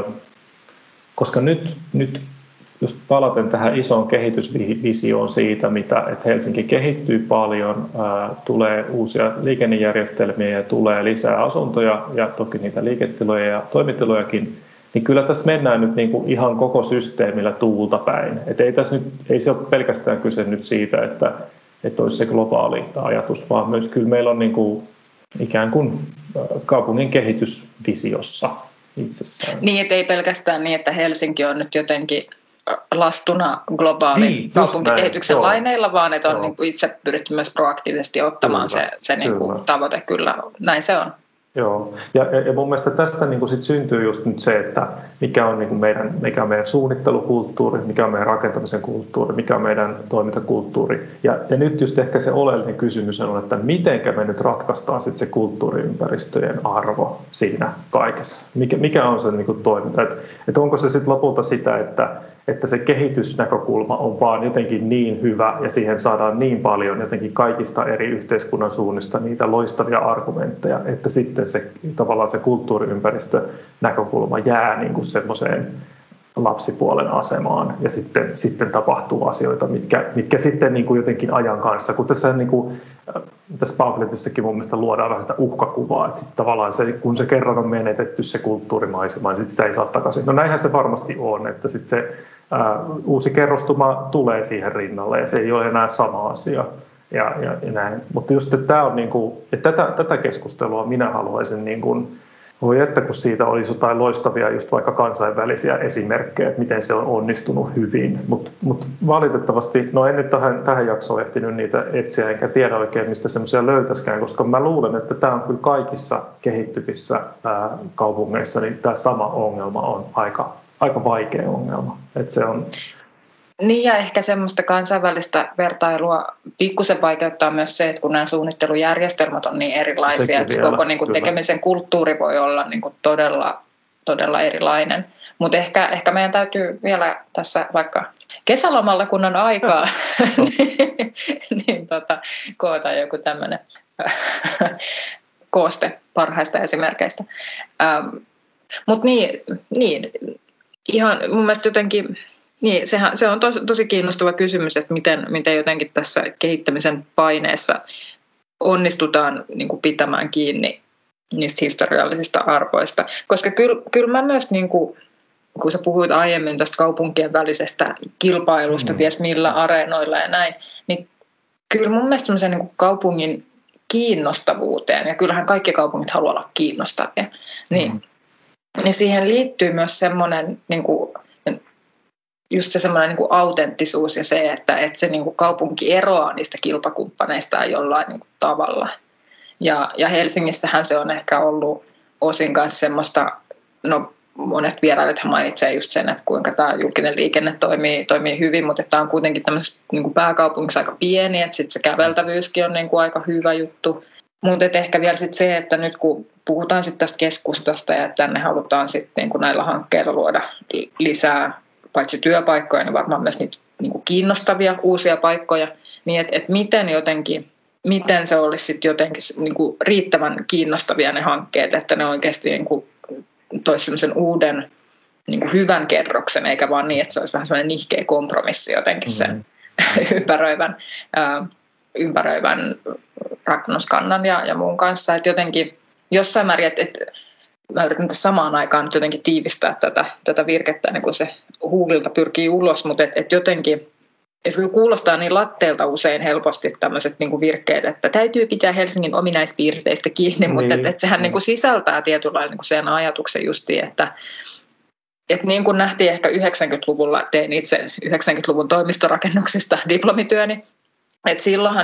koska nyt, nyt just palaten tähän isoon kehitysvisioon siitä, mitä, että Helsinki kehittyy paljon, ää, tulee uusia liikennejärjestelmiä ja tulee lisää asuntoja ja toki niitä liiketiloja ja toimitilojakin, niin kyllä tässä mennään nyt niinku ihan koko systeemillä tuulta päin. Et ei, tässä nyt, ei se ole pelkästään kyse nyt siitä, että että olisi se globaali ajatus, vaan myös kyllä meillä on niin kuin ikään kuin kaupungin kehitysvisiossa itsessään. Niin, että ei pelkästään niin, että Helsinki on nyt jotenkin lastuna globaalin niin, kaupunkikehityksen laineilla, vaan että on niin kuin itse pyritty myös proaktiivisesti ottamaan kyllä, se, se niin kuin tavoite. Kyllä, näin se on. Joo, ja, ja mun mielestä tästä niin kuin sit syntyy just nyt se, että mikä on, niin kuin meidän, mikä on meidän suunnittelukulttuuri, mikä on meidän rakentamisen kulttuuri, mikä on meidän toimintakulttuuri. Ja, ja nyt just ehkä se oleellinen kysymys on, että mitenkä me nyt ratkaistaan sit se kulttuuriympäristöjen arvo siinä kaikessa. Mikä, mikä on se niin kuin toiminta, että et onko se sitten lopulta sitä, että että se kehitysnäkökulma on vaan jotenkin niin hyvä ja siihen saadaan niin paljon jotenkin kaikista eri yhteiskunnan suunnista niitä loistavia argumentteja, että sitten se tavallaan se kulttuuriympäristönäkökulma jää niin kuin semmoiseen lapsipuolen asemaan ja sitten, sitten tapahtuu asioita, mitkä, mitkä sitten niin kuin jotenkin ajan kanssa, kun tässä, niin kuin, tässä pamfletissakin mun mielestä luodaan vähän sitä uhkakuvaa, että tavallaan se, kun se kerran on menetetty se kulttuurimaisema, niin sitä ei saa takaisin. No näinhän se varmasti on, että sitten se ää, uusi kerrostuma tulee siihen rinnalle ja se ei ole enää sama asia. Ja, ja, ja näin. Mutta just, että, tämä on niin kuin, että tätä, tätä keskustelua minä haluaisin niin kuin, voi että kun siitä olisi jotain loistavia just vaikka kansainvälisiä esimerkkejä, että miten se on onnistunut hyvin. Mutta mut valitettavasti, no en nyt tähän, tähän jaksoon ehtinyt niitä etsiä, enkä tiedä oikein mistä semmoisia löytäskään, koska mä luulen, että tämä on kyllä kaikissa kehittyvissä ää, kaupungeissa, niin tämä sama ongelma on aika, aika vaikea ongelma. Että se on... Niin ja ehkä semmoista kansainvälistä vertailua pikkusen vaikeuttaa myös se, että kun nämä suunnittelujärjestelmät on niin erilaisia, sekin että vielä, koko niin kuin tekemisen kulttuuri voi olla niin kuin todella, todella erilainen. Mutta ehkä, ehkä meidän täytyy vielä tässä vaikka kesälomalla, kun on aikaa, niin, niin tota, koota joku tämmöinen kooste parhaista esimerkkeistä. Ähm, Mutta niin, niin, ihan mun mielestä jotenkin... Niin, sehän, se on tosi, tosi kiinnostava kysymys, että miten, miten jotenkin tässä kehittämisen paineessa onnistutaan niin kuin pitämään kiinni niistä historiallisista arvoista. Koska kyllä, kyllä mä myös, niin kuin, kun sä puhuit aiemmin tästä kaupunkien välisestä kilpailusta, mm. ties millä areenoilla ja näin, niin kyllä mun mielestä semmoisen niin kuin kaupungin kiinnostavuuteen, ja kyllähän kaikki kaupungit haluaa olla kiinnostavia, niin, mm. niin siihen liittyy myös semmoinen... Niin kuin, just se semmoinen niin kuin autenttisuus ja se, että, että se niin kuin kaupunki eroaa niistä kilpakumppaneista jollain niin kuin tavalla. Ja, ja Helsingissähän se on ehkä ollut osin kanssa semmoista, no monet vierailijathan mainitsee just sen, että kuinka tämä julkinen liikenne toimii, toimii hyvin, mutta tämä on kuitenkin tämmöisessä niin kuin pääkaupungissa aika pieni, että sitten se käveltävyyskin on niin kuin aika hyvä juttu. Mutta ehkä vielä sit se, että nyt kun puhutaan sitten tästä keskustasta ja tänne halutaan sitten niin kuin näillä hankkeilla luoda lisää paitsi työpaikkoja, niin varmaan myös niitä niin kuin kiinnostavia uusia paikkoja, niin että et miten jotenkin, miten se olisi sitten jotenkin niin kuin riittävän kiinnostavia ne hankkeet, että ne oikeasti niin kuin toisi semmoisen uuden niin kuin hyvän kerroksen, eikä vaan niin, että se olisi vähän semmoinen nihkeä kompromissi jotenkin sen mm-hmm. ympäröivän, ää, ympäröivän rakennuskannan ja, ja muun kanssa, että jotenkin jossain määrin, että et, mä yritän tässä samaan aikaan nyt jotenkin tiivistää tätä, tätä virkettä, niin kun se huulilta pyrkii ulos, mutta et, et jotenkin, et kuulostaa niin latteelta usein helposti tämmöiset niin kuin virkkeet, että täytyy pitää Helsingin ominaispiirteistä kiinni, niin, mutta et, et sehän niin kuin sisältää tietynlainen niin kuin sen ajatuksen justiin, että et niin kuin nähtiin ehkä yhdeksänkymmentäluvulla, tein itse yhdeksänkymmentäluvun toimistorakennuksista diplomityöni, että silloinhan niin kuin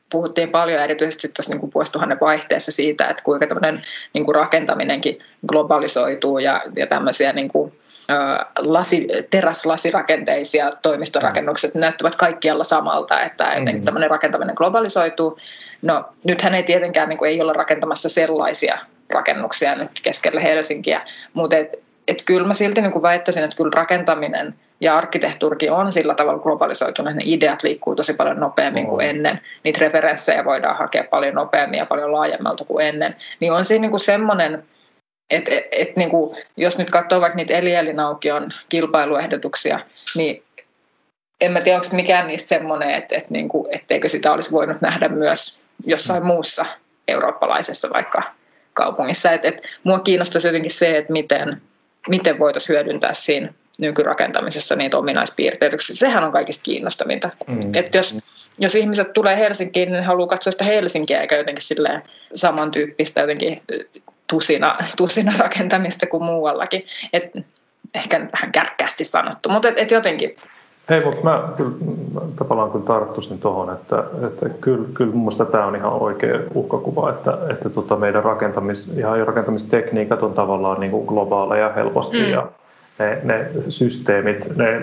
puhuttiin paljon erityisesti tuossa niin kuin vuosituhannen vaihteessa siitä, että kuinka tämmöinen niin kuin rakentaminenkin globalisoituu ja, ja tämmöisiä niin kuin, ä, lasi, teräslasirakenteisia toimistorakennukset mm. näyttävät kaikkialla samalta, että mm. tämmöinen rakentaminen globalisoituu. No nythän ei tietenkään niin kuin, ei olla rakentamassa sellaisia rakennuksia nyt keskellä Helsinkiä, mutta et, et kyllä mä silti niin kuin väittäisin, että kyllä rakentaminen ja arkkitehtuurikin on sillä tavalla globalisoitunut, että ne ideat liikkuu tosi paljon nopeammin kuin ennen. Niitä referenssejä voidaan hakea paljon nopeammin ja paljon laajemmalta kuin ennen. Niin on siinä niinku semmoinen, että et, et niinku, jos nyt katsoo vaikka niitä Eli-Elinaukion kilpailuehdotuksia, niin en mä tiedä, onko mikään niistä semmoinen, että et niinku, etteikö sitä olisi voinut nähdä myös jossain muussa eurooppalaisessa vaikka kaupungissa. Et, et, mua kiinnostaisi jotenkin se, että miten, miten voitaisiin hyödyntää siinä nykyrakentamisessa niitä ominaispiirteitä. Sehän on kaikista kiinnostavinta. Mm. Että jos, jos ihmiset tulee Helsinkiin, niin haluaa katsoa sitä Helsinkiä eikä jotenkin silleen samantyyppistä jotenkin tusina, tusina rakentamista kuin muuallakin. Et ehkä nyt vähän kärkkäästi sanottu, mutta et, et jotenkin. Hei, mutta mä kyllä mä tavallaan kyllä tarttuisin tuohon, että, että kyllä, kyllä mun mielestä tämä on ihan oikea uhkakuva, että, että tota meidän rakentamis, ihan rakentamistekniikat on tavallaan niin kuin globaaleja helposti mm. ja Ne, ne systeemit, ne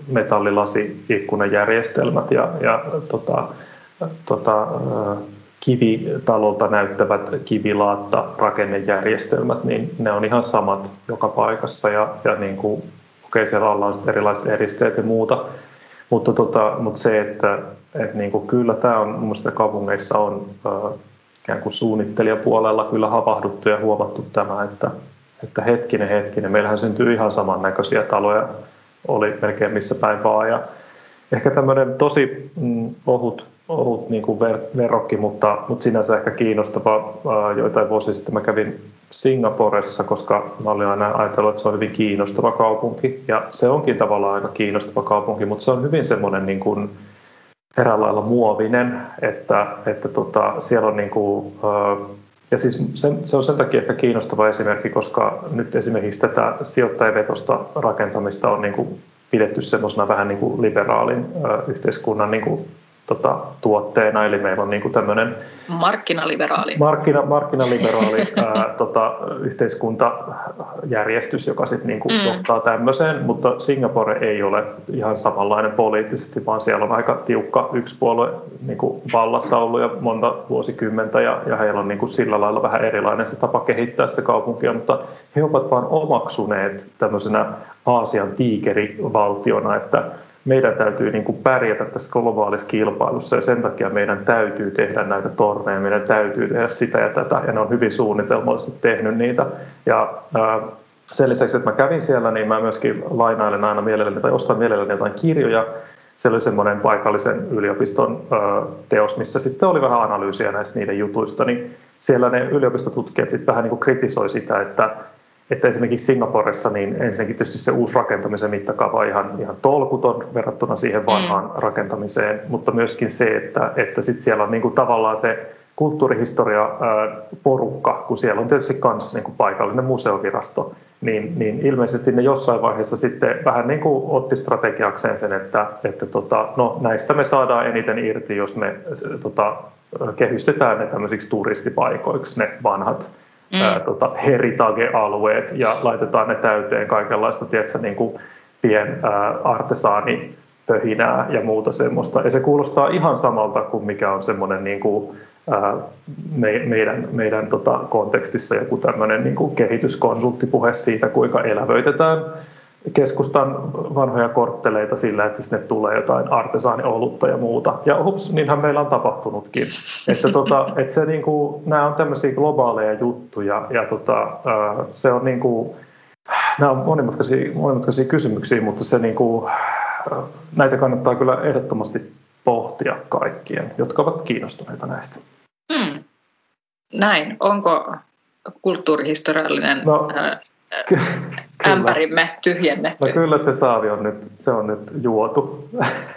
metallilasi-ikkunajärjestelmät ja, ja tota, tota, kivitalolta näyttävät kivilaatta rakennejärjestelmät, niin ne on ihan samat joka paikassa ja, ja niin kuin, okei, siellä alla on erilaiset eristeet ja muuta, mutta, tota, mutta se, että, että niin kuin, kyllä tämä on, mun mielestä kaupungeissa on äh, ikään kuin suunnittelijapuolella kyllä havahduttu ja huomattu tämä, että Että hetkinen, hetkinen. Meillähän syntyy ihan samannäköisiä taloja, oli melkein missä päin vaan. Ja ehkä tämmöinen tosi mm, ohut, ohut niin kuin ver, verrokki, mutta, mutta sinänsä ehkä kiinnostava. Joitain vuosia sitten mä kävin Singaporessa, koska mä olin aina ajatellut, että se on hyvin kiinnostava kaupunki. Ja se onkin tavallaan aika kiinnostava kaupunki, mutta se on hyvin semmoinen niin kuin eräällä lailla muovinen, että, että tota, siellä on niin kuin, ja siis se, se on sen takia ehkä kiinnostava esimerkki, koska nyt esimerkiksi tätä sijoittajavetosta rakentamista on niin kuin pidetty semmoisena vähän niin kuin liberaalin ö, yhteiskunnan niin kuin, tota, tuotteena, eli meillä on niin kuin tämmöinen markkinaliberaali, markkina, markkinaliberaali ää, tota, yhteiskuntajärjestys, joka sitten niin kuin mm. johtaa tämmöiseen, mutta Singapore ei ole ihan samanlainen poliittisesti, vaan siellä on aika tiukka yksi puolue niin kuin vallassa ollut jo monta vuosikymmentä, ja, ja heillä on niin kuin sillä lailla vähän erilainen se tapa kehittää sitä kaupunkia, mutta he ovat vaan omaksuneet tämmöisenä Aasian tiikerivaltiona, että meidän täytyy niin kuin pärjätä tässä globaalissa kilpailussa ja sen takia meidän täytyy tehdä näitä torneja, meidän täytyy tehdä sitä ja tätä ja ne on hyvin suunnitelmallisesti tehnyt niitä. Ja ää, sen lisäksi, että mä kävin siellä, niin mä myöskin lainailen aina mielelläni tai ostan mielelläni jotain kirjoja. Siellä oli semmoinen paikallisen yliopiston ää, teos, missä sitten oli vähän analyysiä näistä niiden jutuista, niin siellä ne yliopistotutkijat sitten vähän niin kuin kritisoi sitä, että Että esimerkiksi Singaporessa niin ensinnäkin tietysti se uusi rakentamisen mittakaava on ihan, ihan tolkuton verrattuna siihen vanhaan mm. rakentamiseen, mutta myöskin se, että, että sit siellä on niinku tavallaan se kulttuurihistoria ää, porukka, kun siellä on tietysti myös niinku paikallinen museovirasto, niin, niin ilmeisesti ne jossain vaiheessa sitten vähän niin kuin otti strategiakseen sen, että, että tota, no, näistä me saadaan eniten irti, jos me tota, kehystetään ne tämmöisiksi turistipaikoiksi, ne vanhat Mm. Ää, tota, heritage-alueet ja laitetaan ne täyteen kaikenlaista, tiedätkö, niin kuin pien ää, artesaanipöhinää ja muuta semmoista. Ja se kuulostaa ihan samalta kuin mikä on semmoinen niin kuin, ää, me, meidän, meidän tota, kontekstissa joku tämmöinen niin kuin kehityskonsulttipuhe siitä, kuinka elävöitetään keskustan vanhoja kortteleita sillä, että sinne tulee jotain artesaaniolutta ja muuta. Ja hups, niinhän meillä on tapahtunutkin. Että, tota, että se, niin kuin, nämä on tämmöisiä globaaleja juttuja ja tota, se on niin kuin, nämä on monimutkaisia, monimutkaisia kysymyksiä, mutta se, niin kuin, näitä kannattaa kyllä ehdottomasti pohtia kaikkien, jotka ovat kiinnostuneita näistä. Hmm. Näin. Onko kulttuurihistoriallinen no, ää, ky- ämpärimme tyhjennetty? No kyllä se saavi on nyt, se on nyt juotu.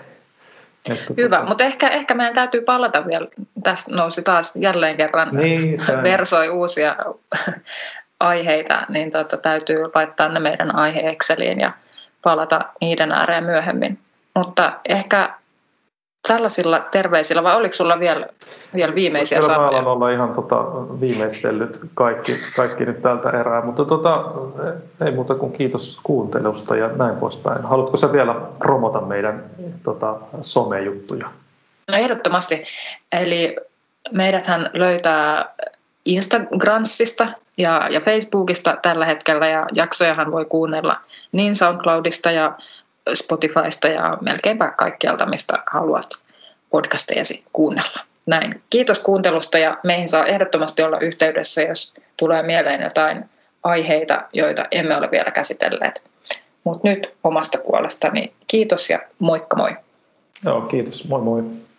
Hyvä, tota... mutta ehkä, ehkä meidän täytyy palata vielä, tässä nousi taas jälleen kerran, niin, versoi uusia aiheita, niin tota, täytyy laittaa ne meidän aihe Exceliin ja palata niiden ääreen myöhemmin. Mutta ehkä tällaisilla terveisillä, vai oliko sulla vielä, vielä viimeisiä Kyllä sanoja? mä alan olla ihan tota, viimeistellyt kaikki, kaikki nyt tältä erää, mutta tota, ei muuta kuin kiitos kuuntelusta ja näin poispäin. Haluatko sä vielä promota meidän tota, somejuttuja? No ehdottomasti. Eli meidäthän löytää Instagramista ja, ja Facebookista tällä hetkellä, ja jaksojahan voi kuunnella niin SoundCloudista ja Spotifysta ja melkeinpä kaikkialta, mistä haluat podcastejasi kuunnella. Näin. Kiitos kuuntelusta, ja meihin saa ehdottomasti olla yhteydessä, jos tulee mieleen jotain aiheita, joita emme ole vielä käsitelleet. Mutta nyt omasta puolestani kiitos ja moikka moi. Joo, kiitos. Moi moi.